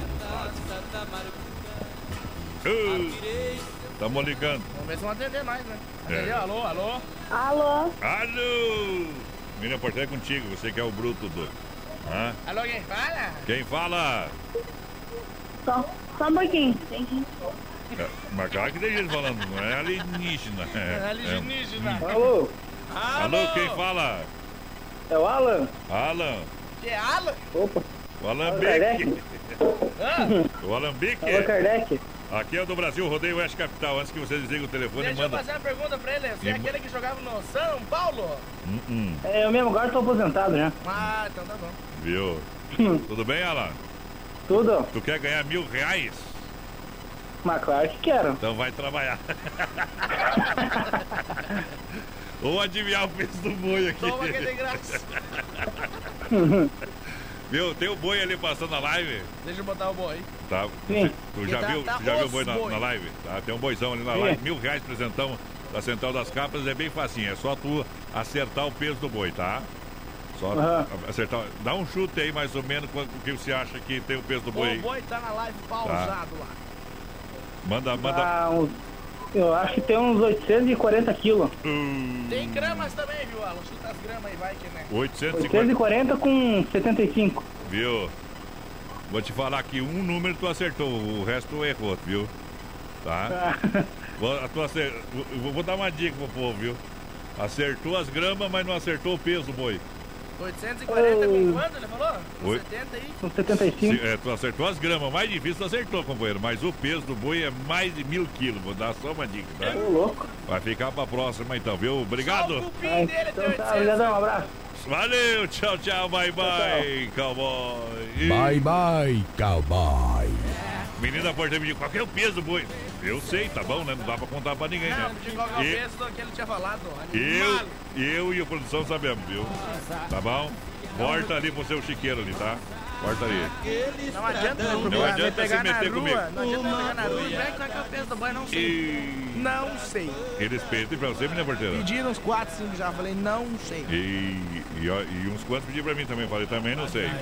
no rádio. Estamos uh, ligando. Vamos ver se vão atender mais, né? Atender, É. alô, alô. Alô? Alô! Menina Porteira, é contigo, você que é o bruto do... Hã? Alô, quem fala? Quem fala? Só, só um pouquinho. É, mas claro que tem gente falando, não é alienígena. É alienígena. É. Alô? Alô, quem fala? É o Alan. Alan. Que é Alan? Opa. O Alan Alô, Bic. Kardec. Ah? O Alan Bic. Alô, Kardec. Aqui é do Brasil Rodeio Oeste Capital. Antes que você desligue o telefone, Deixa manda... eu fazer uma pergunta pra ele. Você é E- aquele que jogava no São Paulo? Hum, hum. É, eu mesmo agora tô aposentado já. Ah, então tá bom. Viu? Tudo bem, Alan? Tudo? Tu quer ganhar mil reais? Mas claro que quero. Então vai trabalhar. Ou adivinhar o preço do boi aqui. Toma que é de graça. Viu? Tem o boi ali passando na live. Deixa eu botar o boi. Tá. Sim. Tu já Tá- viu, tá tu já viu o os boi na, boi. na live? Tá? Tem um boizão ali na Sim. live. Mil reais presentão da Central das Capas. É bem facinho. É só tu acertar o peso do boi, tá? Só Aham. acertar. Dá um chute aí mais ou menos quanto que você acha que tem o peso do boi. O aí. boi tá na live pausado lá. Manda, manda. Ah, uns- eu acho que tem uns oitocentos e quarenta quilos. Tem gramas também, viu, Alan? Chuta as gramas aí, vai que né. oitocentos e oitocentos e quarenta. quarenta com setenta e cinco. Viu? Vou te falar que um número tu acertou, o resto errou, viu? Tá? Vou, a tua acer... vou, vou dar uma dica pro povo, viu? Acertou as gramas, mas não acertou o peso do boi. oitocentos e quarenta com quanto, ele falou? Com Oi? setenta aí? Com setenta e cinco. Se, é, tu acertou as gramas, mais difícil tu acertou, companheiro. Mas o peso do boi é mais de mil quilos. Vou dar só uma dica, tá? Ô, louco. Vai ficar pra próxima então, viu? Obrigado. Cupim dele tem Então tá, obrigadão, um abraço. Valeu, tchau, tchau, bye, bye, cowboy. Bye, bye, cowboy. Menina pode me dizer qual que é o peso do boi. Eu sei, tá bom, né? Não dá pra contar pra ninguém, Não, né? não tinha qual que é o E- peso do que ele tinha falado. Eu, Animal. eu e a produção sabemos, viu? Tá bom? Corta ali pro seu chiqueiro ali, tá? Corta ali. Não adianta não, Não pegar, adianta pegar se na meter rua, comigo. Não adianta pegar na rua e ver qual que é o peso do boi, não sei. E... Não sei. Eles pedem pra você, menina porteira? Pediram uns quatro, cinco já, falei, não sei. E, e, ó, e uns quantos pediram pra mim também, falei, também não sei.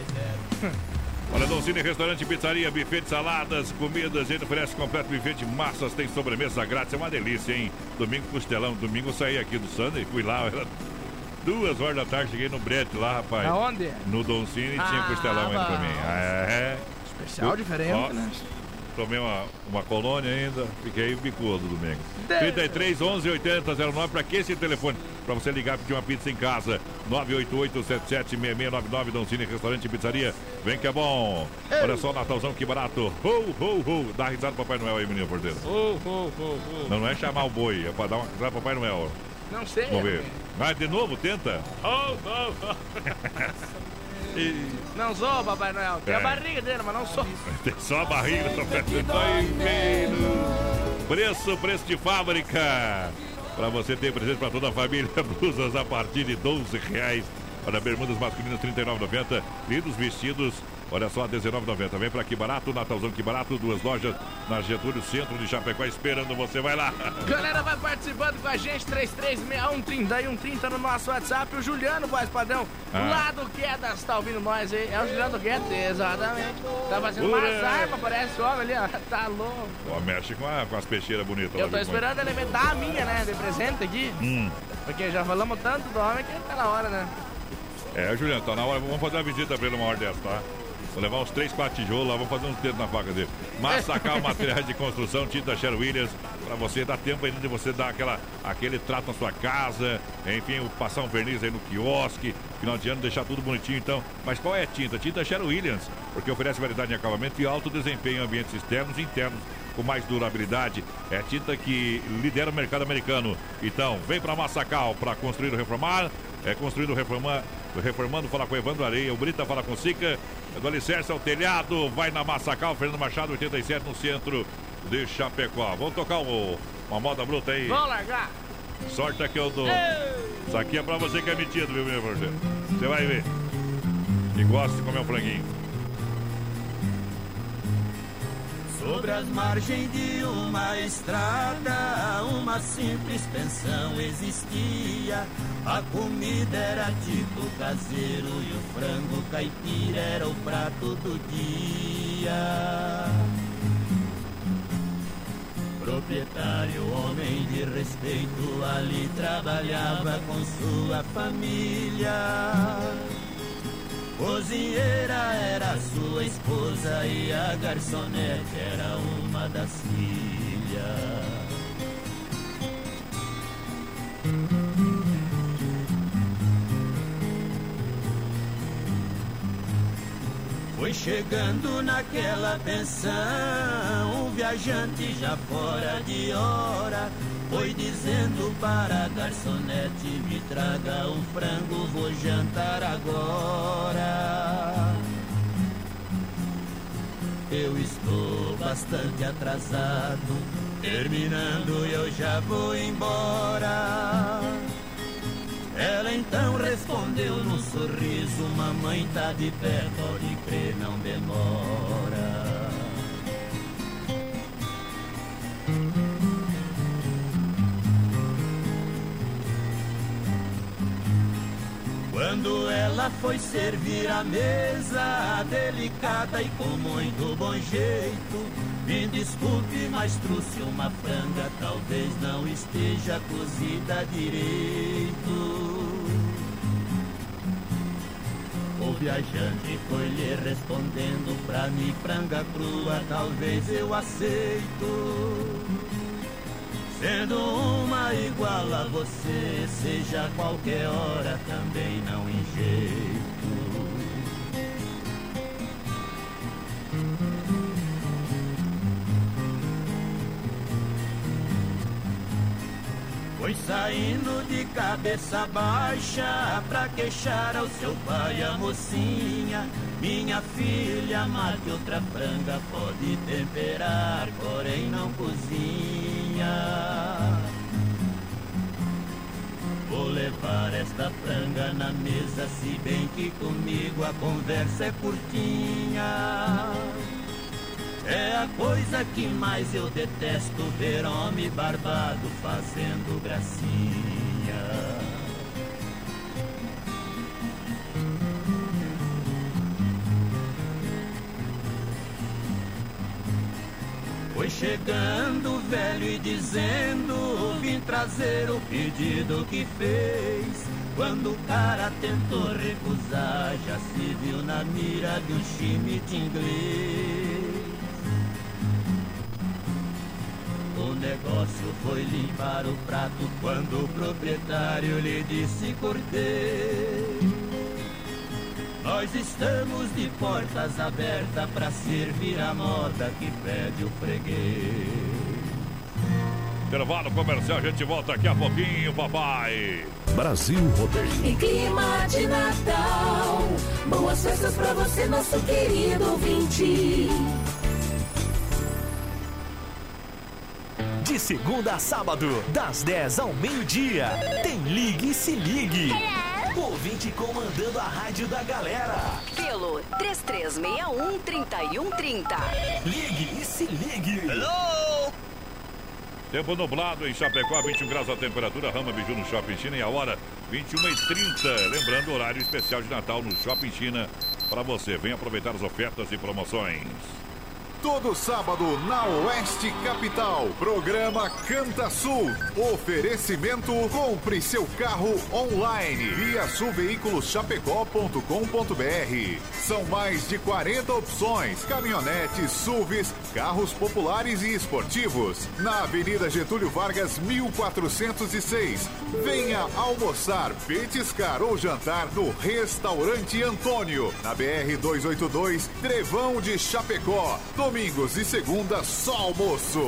Olha, Doncini Restaurante e Pizzaria, buffet de saladas, comidas, ele oferece completo buffet de massas, tem sobremesa grátis, é uma delícia, hein? Domingo costelão, domingo eu saí aqui do Sunday, fui lá, era duas horas da tarde, cheguei no brete lá, rapaz. Aonde? No Doncini tinha Ah, costelão ainda pra bom. mim. É. Especial Eu- diferente, ó, né? Tomei uma, uma colônia ainda, fiquei bicudo domingo. trinta e três, onze, oitenta, zero nove, pra que esse telefone? Pra você ligar e pedir uma pizza em casa. nove oito oito, sete sete seis seis nove nove, Doncini Restaurante e Pizzaria. Vem que é bom. Olha só, Natalzão, que barato. Ho, ho, ho. Dá risada pro Papai Noel aí, menino porteiro. Oh, oh, oh, oh. Não, não é chamar o boi, é pra dar uma risada pro Papai Noel. Não sei. Vamos ver. Vai de novo, tenta. Oh, oh, oh. Não sou, Papai Noel. Tem É. a barriga dele, mas não sou. Tem só a barriga, tô pensando. Preço, preço de fábrica. Pra você ter presente pra toda a família. Blusas a partir de doze reais. Olha, bermudas masculinas trinta e nove reais e noventa centavos. Lindos vestidos. Olha só, dezenove reais e noventa centavos. Vem pra Que Barato, Natalzão Que Barato. Duas lojas na Getúlio, centro de Chapecó, esperando você. Vai lá. Galera, vai participando com a gente, três três seis um, trinta e um trinta no nosso WhatsApp. O Juliano, voz padrão, Ah. lá do Quedas, tá ouvindo nós aí. É o Juliano do Quedas, exatamente. Tá fazendo Ura. umas armas, parece o homem ali, ó. Tá louco. Ó, mexe com, a- com as peixeiras bonitas. Eu lá, tô viu, esperando ele me dar a minha, né, de presente aqui. Hum. Porque já falamos tanto do homem que tá na hora, né? É, Juliano, tá na hora. Vamos fazer uma visita pra ele uma hora dessa, tá? Vou levar uns três, quatro tijolos lá, vamos fazer uns dedos na faca dele. Massacal Materiais de Construção, tinta Sher Williams, pra você dar tempo ainda de você dar aquela, aquele trato na sua casa, enfim, passar um verniz aí no quiosque, final de ano, deixar tudo bonitinho, então. Mas qual é a tinta? Tinta Sher Williams, porque oferece variedade em acabamento e alto desempenho em ambientes externos e internos, com mais durabilidade. É a tinta que lidera o mercado americano. Então, vem pra Massacal pra construir ou reformar. É construindo, reformar, reformando, fala com Evandro Areia. O Brita fala com Sica. Do alicerce ao telhado, vai na Massacal, Fernando Machado, oitenta e sete, no centro de Chapecó. Vamos tocar um, uma moda bruta aí. Vamos largar. Sorte aqui eu dou. Isso aqui é pra você que é metido, viu, meu parceiro? Você vai ver. E gosta de comer um franguinho. Sobre as margens de uma estrada, uma simples pensão existia. A comida era tipo caseiro e o frango caipira era o prato do dia. Proprietário, homem de respeito, ali trabalhava com sua família. Cozinheira era sua esposa e a garçonete era uma das filhas. Foi chegando naquela pensão, um viajante já fora de hora. Foi dizendo para a garçonete, me traga um frango, vou jantar agora. Eu estou bastante atrasado, terminando eu já vou embora. Ela então respondeu num sorriso, mamãe tá de pé, pode crer, não demora. Quando ela foi servir a mesa, delicada e com muito bom jeito, me desculpe, mas trouxe uma franga, talvez não esteja cozida direito. O viajante foi lhe respondendo, pra mim franga crua talvez eu aceito. Sendo uma igual a você, seja qualquer hora, também não enjeito. Foi saindo de cabeça baixa pra queixar ao seu pai a mocinha. Minha filha, mate outra franga, pode temperar, porém não cozinha. Vou levar esta franga na mesa, se bem que comigo a conversa é curtinha. É a coisa que mais eu detesto, ver homem barbado fazendo gracinha. Foi chegando velho e dizendo, vim trazer o pedido que fez. Quando o cara tentou recusar, já se viu na mira de um chimite inglês. O negócio foi limpar o prato quando o proprietário lhe disse cortei. Nós estamos de portas abertas para servir a moda que pede o freguês. Intervalo comercial, a gente volta daqui a pouquinho, papai. Brasil Rodeio. Em clima de Natal, boas festas pra você, nosso querido ouvinte. De segunda a sábado, das dez ao meio-dia, tem Ligue e Se Ligue. Ouvinte comandando a rádio da galera. Pelo três três seis um, três um três zero. Ligue e Se Ligue. Hello! Tempo nublado em Chapecó, vinte e um graus a temperatura, Rama Biju no Shopping China e a hora vinte e uma e trinta. Lembrando, horário especial de Natal no Shopping China para você. Vem aproveitar as ofertas e promoções. Todo sábado na Oeste Capital, programa Canta Sul. Oferecimento: compre seu carro online via sul veículos chapecó ponto com ponto br. São mais de quarenta opções: caminhonetes, S U Vs, carros populares e esportivos. Na Avenida Getúlio Vargas, mil quatrocentos e seis. Venha almoçar, petiscar ou jantar no Restaurante Antônio, na B R duzentos e oitenta e dois, Trevão de Chapecó. Domingos e segunda, só almoço.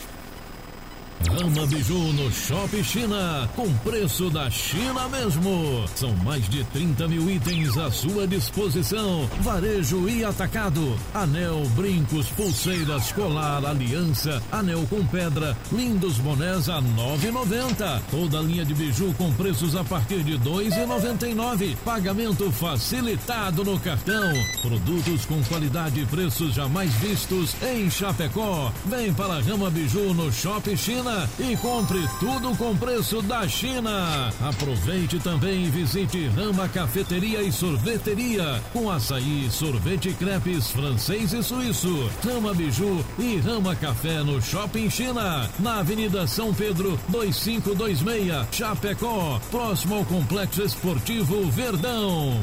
Rama Biju no Shopping China, com preço da China mesmo. São mais de trinta mil itens à sua disposição. Varejo e atacado. Anel, brincos, pulseiras, colar, aliança, anel com pedra, lindos bonés a nove reais e noventa centavos. Toda linha de biju com preços a partir de dois reais e noventa e nove centavos. Pagamento facilitado no cartão. Produtos com qualidade e preços jamais vistos em Chapecó. Vem para Rama Biju no Shopping China e compre tudo com preço da China. Aproveite também e visite Rama Cafeteria e Sorveteria, com açaí, sorvete e crepes francês e suíço. Rama Biju e Rama Café no Shopping China, na Avenida São Pedro dois cinco dois seis, Chapecó, próximo ao Complexo Esportivo Verdão.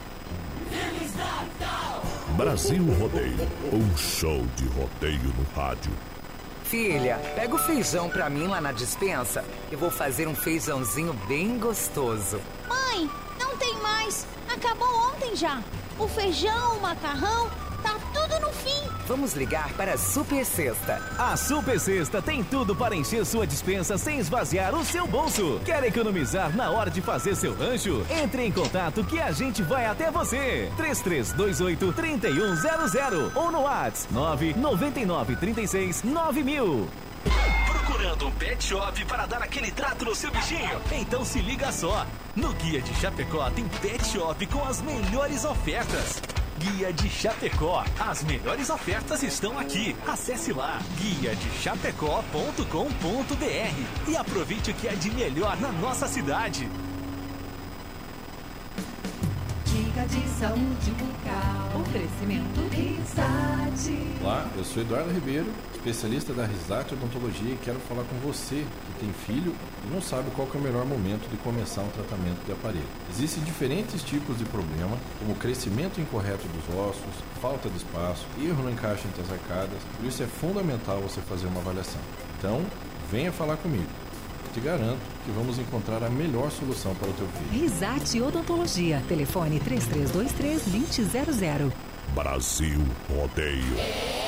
Brasil Rodeio, um show de rodeio no rádio. Filha, pega o feijão pra mim lá na despensa. Eu vou fazer um feijãozinho bem gostoso. Mãe, não tem mais. Acabou ontem já. o feijão, o macarrão, tá tudo no fim. Vamos ligar para a Super Sexta. A Super Sexta tem tudo para encher sua despensa sem esvaziar o seu bolso. Quer economizar na hora de fazer seu rancho? Entre em contato que a gente vai até você. três três dois oito, três um zero zero ou no WhatsApp nove nove nove três seis nove mil. Procurando um pet shop para dar aquele trato no seu bichinho? Então se liga só. No Guia de Chapecó tem pet shop com as melhores ofertas. Guia de Chapecó. As melhores ofertas estão aqui. Acesse lá guia de chapecó ponto com ponto br e aproveite o que é de melhor na nossa cidade. Dica de saúde bucal. Oferecimento Risate. Olá, eu sou Eduardo Ribeiro, especialista da Risate Odontologia, e quero falar com você que tem filho e não sabe qual que é o melhor momento de começar um tratamento de aparelho. Existem diferentes tipos de problema, como crescimento incorreto dos ossos, falta de espaço, erro no encaixe entre as arcadas, por isso é fundamental você fazer uma avaliação. Então, venha falar comigo. Te garanto que vamos encontrar a melhor solução para o teu filho. Risate Odontologia. Telefone três três dois três, dois zero zero zero. Brasil Rodeio.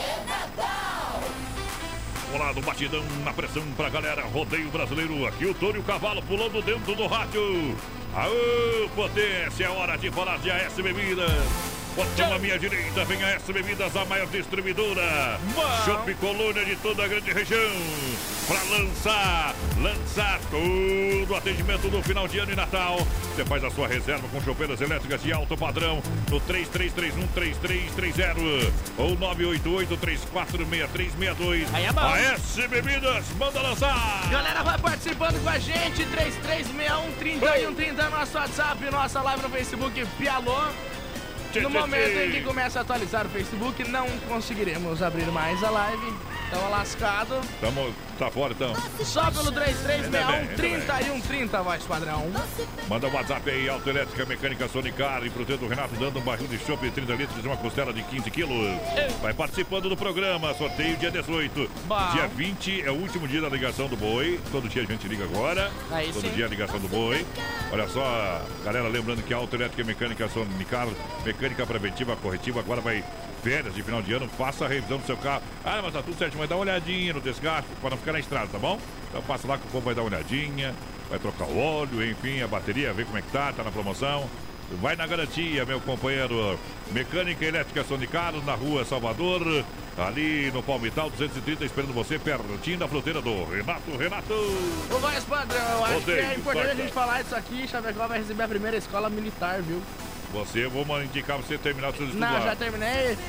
Olá, do batidão na pressão pra galera, rodeio brasileiro. Aqui o touro e o cavalo pulando dentro do rádio. Aô, potência, é hora de falar de A S Bebidas. Botão à minha direita, vem a S Bebidas, a maior distribuidora. Chopp Colônia de toda a grande região. Para lançar, lançar todo o atendimento do final de ano e Natal. Você faz a sua reserva com chopeiras elétricas de alto padrão no três três três um, três três três zero ou nove oito oito, três quatro seis três seis dois. Aí é bom. A S Bebidas, manda lançar. Galera, vai participando com a gente, três três seis um, três um três zero, nosso WhatsApp, nossa live no Facebook, Pialô. No momento em que começa a atualizar o Facebook, não conseguiremos abrir mais a live. Estamos lascados. Tamo, tá fora então. Só pelo três três seis um, três um três zero, voz padrão. Manda o um WhatsApp aí, Autoelétrica Mecânica Sonicar, e pro dedo Renato dando um barril de chopp de trinta litros e uma costela de quinze quilos. Vai participando do programa, sorteio dia dezoito. Bom. Dia vinte é o último dia da ligação do boi. Todo dia a gente liga agora. Aí Todo sim. dia a ligação do boi. Olha só, galera, lembrando que a Autoelétrica Mecânica Sonicar, mecânica preventiva, corretiva, agora vai férias de final de ano, faça a revisão do seu carro. Ah, mas tá tudo certo, mas dá uma olhadinha no desgaste para não ficar na estrada, tá bom? Então passa lá que o povo vai dar uma olhadinha, vai trocar o óleo, enfim, a bateria, ver como é que tá, tá na promoção. Vai na garantia, meu companheiro. Mecânica Elétrica Sonicar, na rua Salvador, ali no Palmital duzentos e trinta, esperando você pertinho da fronteira do Renato. Renato! Ô, voz padrão, eu acho Rodeio, que é importante saca. a gente falar isso aqui. Chapecó vai receber a primeira escola militar, viu? Você, eu vou indicar você terminar seus estudos Não, lá. já terminei.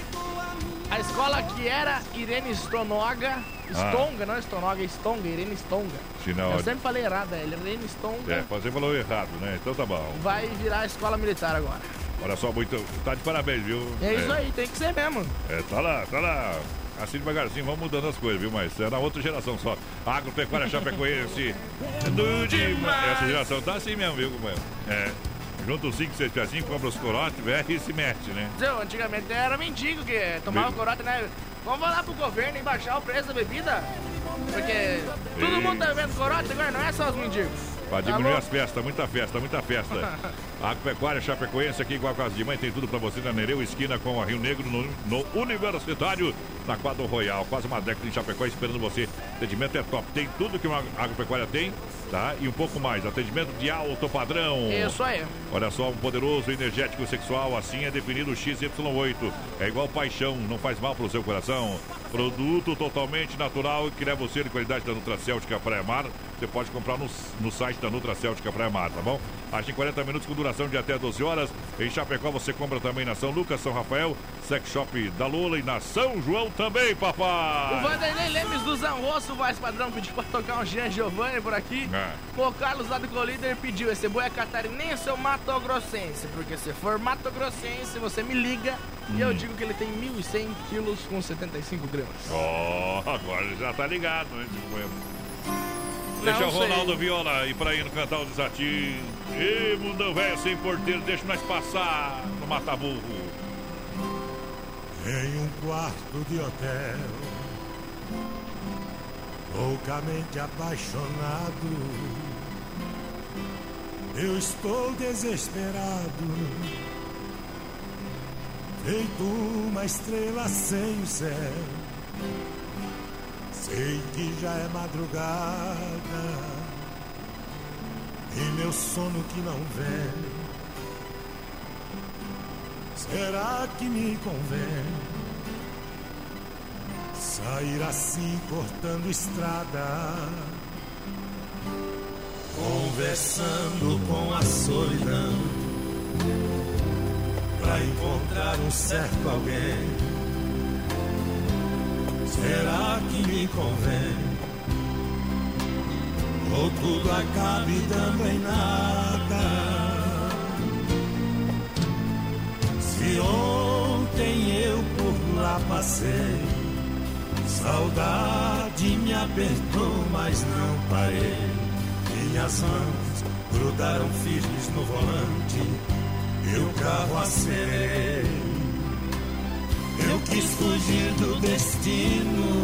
A escola que era Irene Stonoga, Stonga, não é Stonoga, é Stonga, Irene Stonga. Se não, Eu sempre falei errado, é Irene Stonga. É, você falou errado, né? Então tá bom. Vai virar a escola militar agora. Olha só, muito. Tá de parabéns, viu? É isso aí, tem que ser mesmo. É, tá lá, tá lá. Assim devagarzinho, vamos mudando as coisas, viu? Mas é na outra geração só. Agropecuária Chapecoense. Do demais. Essa geração tá assim mesmo, viu, companheiro? É. Junta os cinco, seis pezinhos, compra os corotes, velho, e se mete, né? Eu, antigamente era mendigo que tomava o corote, né? Vamos falar pro governo e baixar o preço da bebida. Porque todo E- mundo tá bebendo corote agora, não é só os mendigos. Pra Tá diminuir bom? as festas, muita festa, muita festa. A Agropecuária Chapecoense aqui igual a casa de mãe, tem tudo pra você na Nereu, esquina com a Rio Negro, no, no Universitário, na Quadra Royal. Quase uma década em Chapecó esperando você. Atendimento é top, tem tudo que uma agropecuária tem, tá? E um pouco mais. Atendimento de alto padrão. Isso aí. Olha só, um poderoso energético sexual, assim é definido o X Y oito. É igual paixão, não faz mal pro seu coração. Produto totalmente natural que leva você de qualidade da Nutracêutica Praia Mar. Você pode comprar no, no site da Nutracêutica Praia Mar, tá bom? Age em quarenta minutos com duração de até doze horas. Em Chapecó você compra também na São Lucas, São Rafael, Sex Shop da Lula e na São João também, papai! O Vanderlei Lemes do Zanrosso, voz padrão, pediu pra tocar um Jean Giovanni por aqui. É. O Carlos lá do Colíder pediu, esse boi é catarinense ou matogrossense? Porque se for matogrossense, você me liga e eu Hum. digo que ele tem mil e cem quilos com setenta e cinco gramas. Ó, agora ele já tá ligado, né? Deixa Não o Ronaldo sei. Viola ir pra ir no cantar o desafio. Ê, mundão velho sem porteiro, deixa nós passar no mata-burro. Em um quarto de hotel, loucamente apaixonado, eu estou desesperado. feito uma estrela sem o céu. Sei que já é madrugada e meu sono que não vem. Será que me convém sair assim cortando estrada, conversando com a solidão, pra encontrar um certo alguém? Será que me convém? Ou tudo acabe dando em nada? Se ontem eu por lá passei, saudade me apertou, mas não parei. Minhas mãos grudaram firmes no volante e o carro acelerei. Eu quis fugir do destino,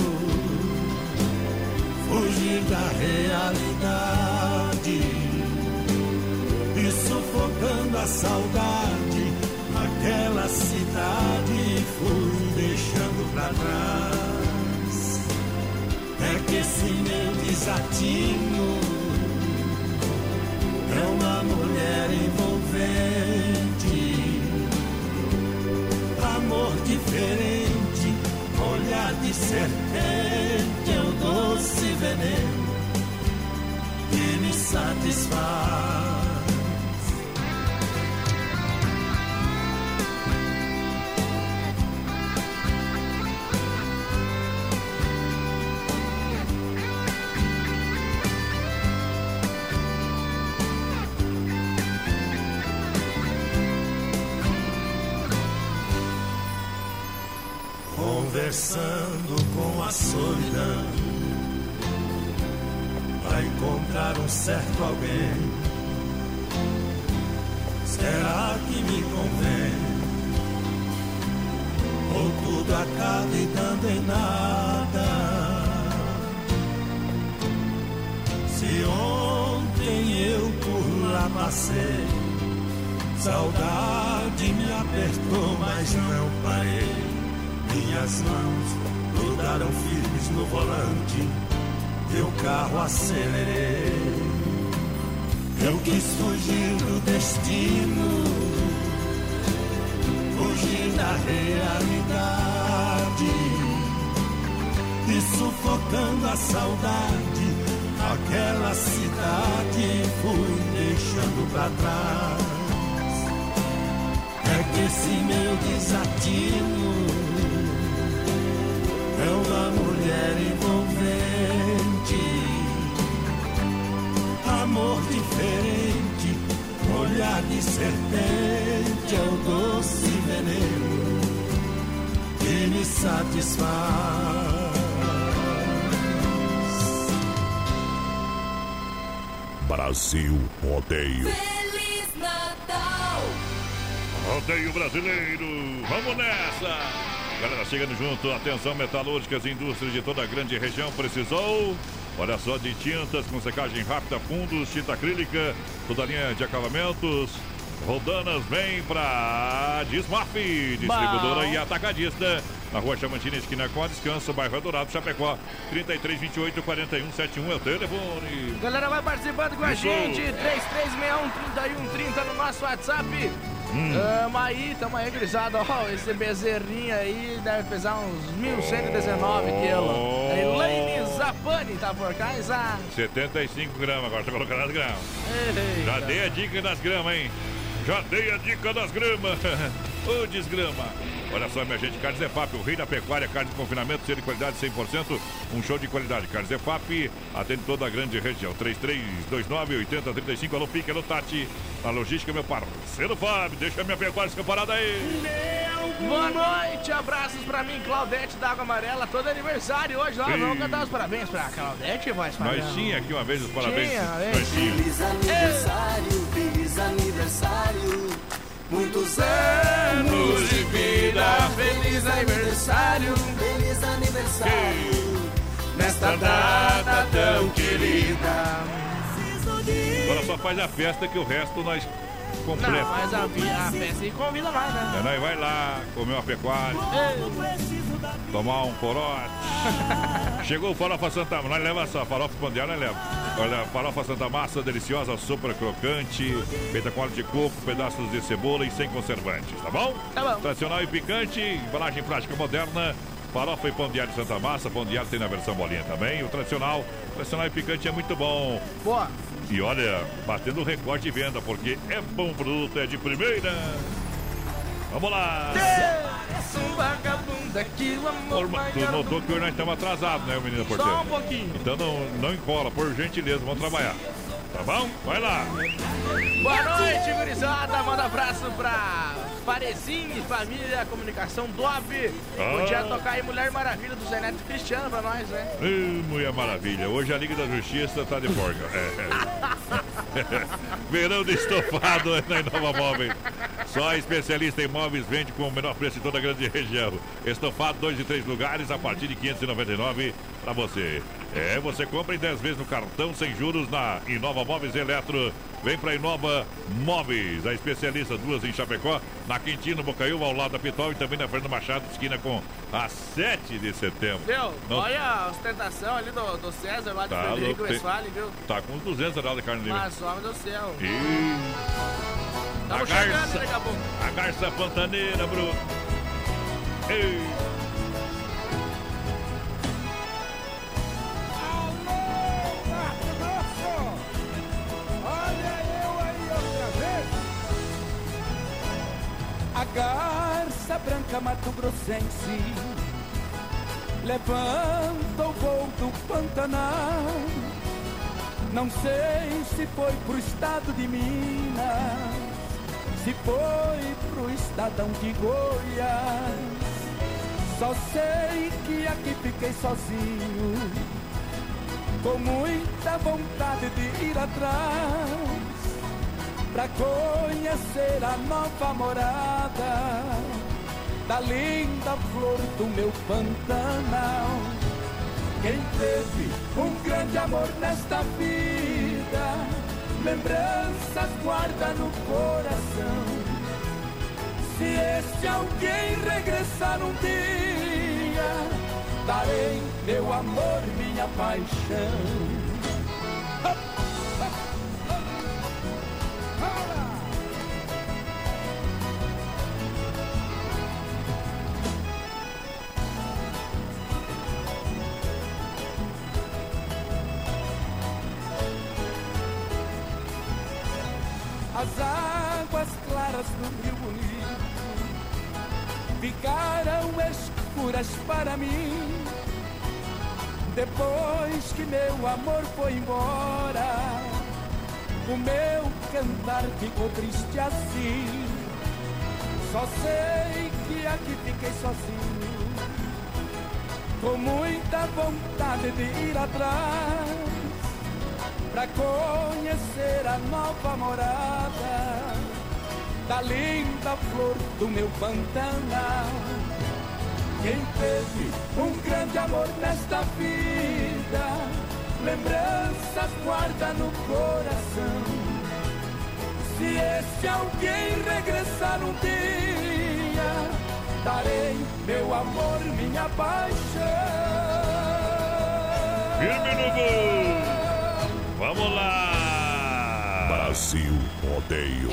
fugir da realidade, e sufocando a saudade, aquela cidade fui deixando pra trás. É que esse meu desatino é uma mulher envolvente, amor diferente, olhar de serpente, é o doce veneno que me satisfaz. Conversando com a solidão, pra encontrar um certo alguém. Será que me convém? Ou tudo acabe dando em nada? Se ontem eu por lá passei, saudade me apertou, mas não parei. Minhas mãos grudaram firmes no volante e o carro acelerei. Eu quis fugir do destino, fugir da realidade, e sufocando a saudade, aquela cidade fui deixando pra trás. É que esse meu desatino é uma mulher envolvente, amor diferente, olhar de serpente, é o doce veneno que me satisfaz. Brasil Rodeio. Feliz Natal! Rodeio brasileiro, vamos nessa! Galera, chegando junto, atenção, metalúrgicas e indústrias de toda a grande região, precisou? Olha só, de tintas com secagem rápida, fundos, tinta acrílica, toda a linha de acabamentos. Rodanas vem pra Desmaf, distribuidora Bom. e atacadista. Na rua Chamantina, esquina com a Descanso, bairro Dourado, Chapecó. trinta e três, vinte e oito, quarenta e um, setenta e um é o telefone. Galera, vai participando com a gente. três três seis um, trinta e um trinta no nosso WhatsApp. Hum. Tamo aí, tamo aí, grisado. Ó, esse bezerrinho aí deve pesar uns mil cento e dezenove oh. quilos. A Elaine Zapani tá por cá, Isa. setenta e cinco gramas, agora tá colocando as gramas. Eita. Já dei a dica das gramas, hein? Já dei a dica das gramas. Ô, desgrama. Olha só, minha gente, Carnes E F A P, o rei da pecuária, carne de confinamento, ser de qualidade cem por cento, um show de qualidade. Carnes E F A P, atende toda a grande região. três três dois nove, oito zero três cinco, alô Pique, alô Tati, a logística, meu parceiro Fábio, deixa a minha pecuária escamparada aí. Boa noite, abraços pra mim, Claudete da Água Amarela, todo aniversário hoje, ó, vamos cantar os parabéns pra Claudete, voz Fabiano. Nós tinha aqui uma vez os parabéns. Tinha, Nós tinha. Feliz aniversário, feliz aniversário, muitos anos de vida, feliz aniversário, feliz aniversário, nesta data tão querida. Agora só faz a festa que o resto nós completa. Não, mas a, a festa aí convida mais, né? É, nós vai lá, comer uma pecuária, tomar um corote. Chegou o Farofa Santa Massa, nós leva só, farofa pão de alho, nós leva. Olha, farofa Santa Massa, deliciosa, super crocante, feita com óleo de coco, pedaços de cebola e sem conservantes, tá bom? Tá bom. Tradicional e picante, embalagem prática moderna. Farofa e pão de alho Santa Massa, pão de alho tem na versão bolinha também. O tradicional, tradicional e picante é muito bom. Boa. E olha, batendo recorde de venda, porque é bom produto, é de primeira. Vamos lá. Tu notou que hoje nós estamos atrasados, né, menina porteira? Só um pouquinho. Então não, não encola, por gentileza, vamos trabalhar. Tá bom? Vai lá. Boa noite, gurizada. Manda abraço pra Parezinho, família, comunicação Dove. Ah. Podia tocar aí Mulher Maravilha do Zé Neto Cristiano pra nós, né? Ih, Mulher Maravilha. Hoje a Liga da Justiça tá de porca. É, é. Verão de estofado na Inova Móveis. Só especialista em móveis vende com o menor preço de toda a grande região. Estofado, dois e três lugares a partir de quinhentos e noventa e nove reais pra você. É, você compra em dez vezes no cartão sem juros na Inova Móveis Eletro. Vem pra Inova Móveis, a especialista, duas em Chapecó, na Quintino, Bocaiúva, ao lado da Pitol e também na Fernando Machado, esquina com a sete de setembro. Viu? Não... Olha a ostentação ali do, do César, lá do tá, Frederico louco, Westphalen, viu? Tá com uns duzentos reais de carne livre. Mas, homem do céu. E... Tamo a chegando, garça, daqui a pouco. a garça pantaneira, Bruno. Ei. A garça branca mato-grossense levanta o voo do Pantanal. Não sei se foi pro estado de Minas, se foi pro estadão de Goiás. Só sei que aqui fiquei sozinho, com muita vontade de ir atrás, pra conhecer a nova morada da linda flor do meu Pantanal. Quem teve um grande amor nesta vida, lembranças guarda no coração. Se este alguém regressar um dia, darei meu amor, minha paixão. As águas claras do Rio Bonito ficaram escuras para mim, depois que meu amor foi embora. O meu cantar ficou triste assim. Só sei que aqui fiquei sozinho, com muita vontade de ir atrás, pra conhecer a nova morada da linda flor do meu Pantanal. Quem teve um grande amor nesta vida, lembranças guarda no coração. Se este alguém regressar um dia, darei meu amor, minha paixão. Firme no gol! Vamos lá! Brasil Rodeio.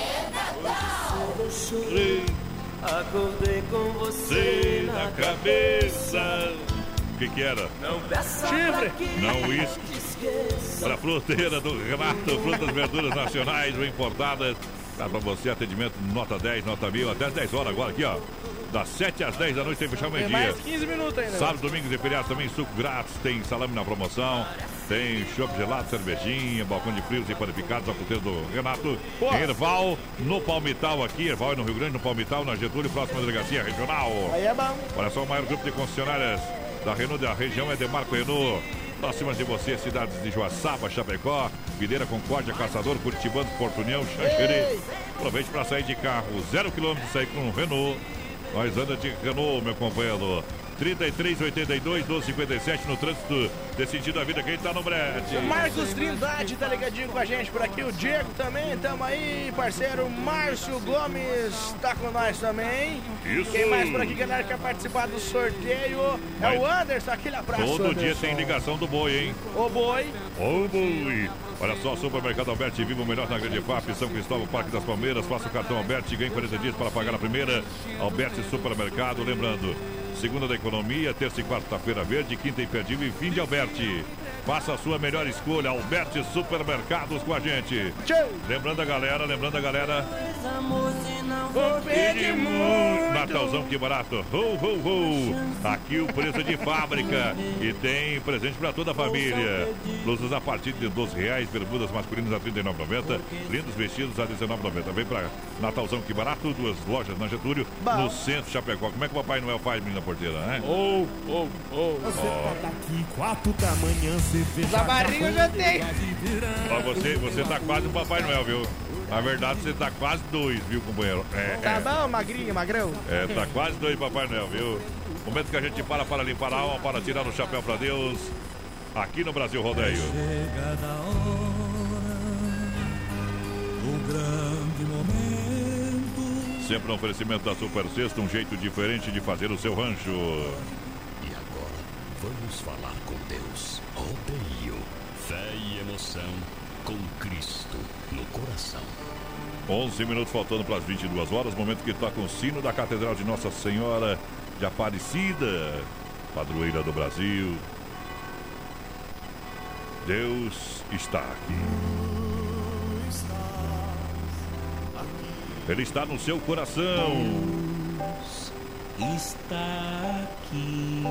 Acordei com você na cabeça. O que que era? Não peça chifre. Não uísque. Para a fruteira do Renato, frutas e verduras nacionais ou importadas. Dá para você atendimento nota dez, nota mil, até as dez horas agora aqui, ó. Das sete às dez da noite tem fechar meio-dia. Tem mais quinze minutos ainda. Sábado, domingos e feriados também, suco grátis, tem salame na promoção, tem chopp gelado, cervejinha, balcão de frios e panificados, a fruteira do Renato. Pô. Erval, no Palmital aqui, Erval é no Rio Grande, no Palmital, na Getúlio, próxima delegacia regional. Aí é bom. Olha só, o maior grupo de concessionárias da Renault da região é Demarco Renault. Próximas de você, cidades de Joaçaba, Chapecó, Videira, Concórdia, Caçador, Curitibano, Porto União, Xanxerê. Aproveite para sair de carro, zero quilômetros, sair com o Renault. Nós anda de Renault, meu companheiro. trinta e três, oitenta e dois, doze, cinquenta e sete no trânsito decidindo a vida. Quem tá no brete? O Marcos Trindade tá ligadinho com a gente por aqui. O Diego também, tamo aí, parceiro. Márcio Gomes tá com nós também. Isso. Quem mais por aqui, galera, quer participar do sorteio? É o Anderson, aquele abraço. Todo Anderson. dia tem ligação do boi, hein? Ô boi. Ô boi. Olha só, Supermercado Alberti, viva o melhor na Grande F A P, São Cristóvão, Parque das Palmeiras. Faça o cartão Alberti e ganhe quarenta dias para pagar a primeira. Alberti Supermercado, lembrando, segunda da economia, terça e quarta-feira verde, quinta imperdível e fim de Alberti. Faça a sua melhor escolha, Alberti Supermercados com a gente. Tchau. Lembrando a galera, lembrando a galera. Natalzão, que barato. Ho, ho, ho. Aqui o preço de fábrica. E tem presente para toda a família. Blusas a partir de doze reais, bermudas masculinas a trinta e nove reais e noventa centavos. Lindos vestidos a dezenove reais e noventa centavos. Vem para Natalzão, que barato. Duas lojas na Getúlio, Bom. no centro de Chapecó. Como é que o Papai Noel faz, menina porteira, né? Ô, ô, ô. Você tá daqui quatro da manhã, você fez a barriga eu já tenho. Ó, você, você tá quase um Papai Noel, viu? Na verdade, você tá quase dois, viu, companheiro? É, tá é. bom, magrinho, magrão? É, tá quase dois, Papai Noel, viu? Momento que a gente para para limpar a alma, para tirar o chapéu pra Deus, aqui no Brasil Rodeio. Chega da hora, o grande momento. Sempre um oferecimento da Super Sexta, um jeito diferente de fazer o seu rancho. E agora, vamos falar com Deus. Rodeio, fé e emoção com Cristo no coração. onze minutos faltando para as vinte e duas horas, momento que toca o sino da Catedral de Nossa Senhora de Aparecida, padroeira do Brasil. Deus está aqui. Ele está no seu coração. Deus está aqui.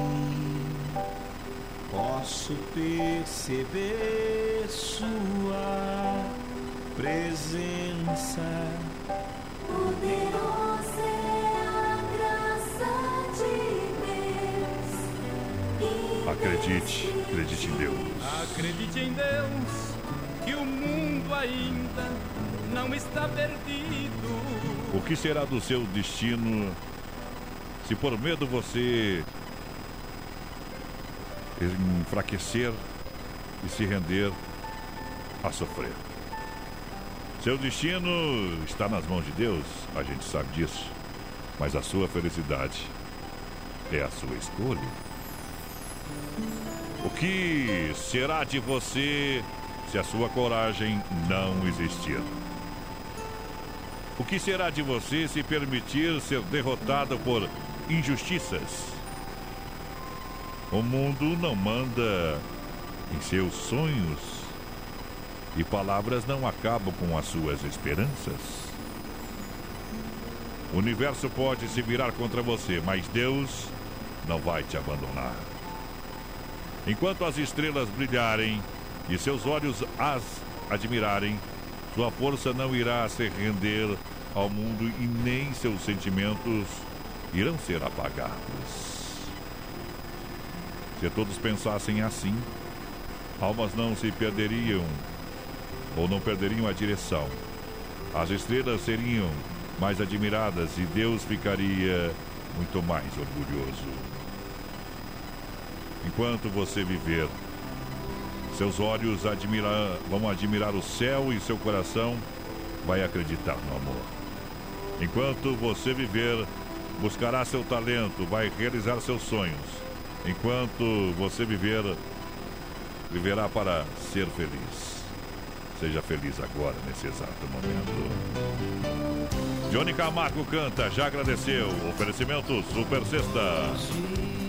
Posso perceber sua presença. Poderosa é a graça de Deus. Acredite, acredite em Deus. Acredite em Deus, que o mundo ainda não está perdido. O que será do seu destino se por medo você enfraquecer e se render a sofrer? Seu destino está nas mãos de Deus, a gente sabe disso, mas a sua felicidade é a sua escolha. O que será de você se a sua coragem não existir? O que será de você se permitir ser derrotado por injustiças? O mundo não manda em seus sonhos e palavras não acabam com as suas esperanças. O universo pode se virar contra você, mas Deus não vai te abandonar. Enquanto as estrelas brilharem e seus olhos as admirarem, sua força não irá se render ao mundo e nem seus sentimentos irão ser apagados. Se todos pensassem assim, almas não se perderiam ou não perderiam a direção. As estrelas seriam mais admiradas e Deus ficaria muito mais orgulhoso. Enquanto você viver, seus olhos admirar, vão admirar o céu e seu coração vai acreditar no amor. Enquanto você viver, buscará seu talento, vai realizar seus sonhos. Enquanto você viver, viverá para ser feliz. Seja feliz agora, nesse exato momento. Johnny Camargo canta, já agradeceu. Oferecimento Super Sexta.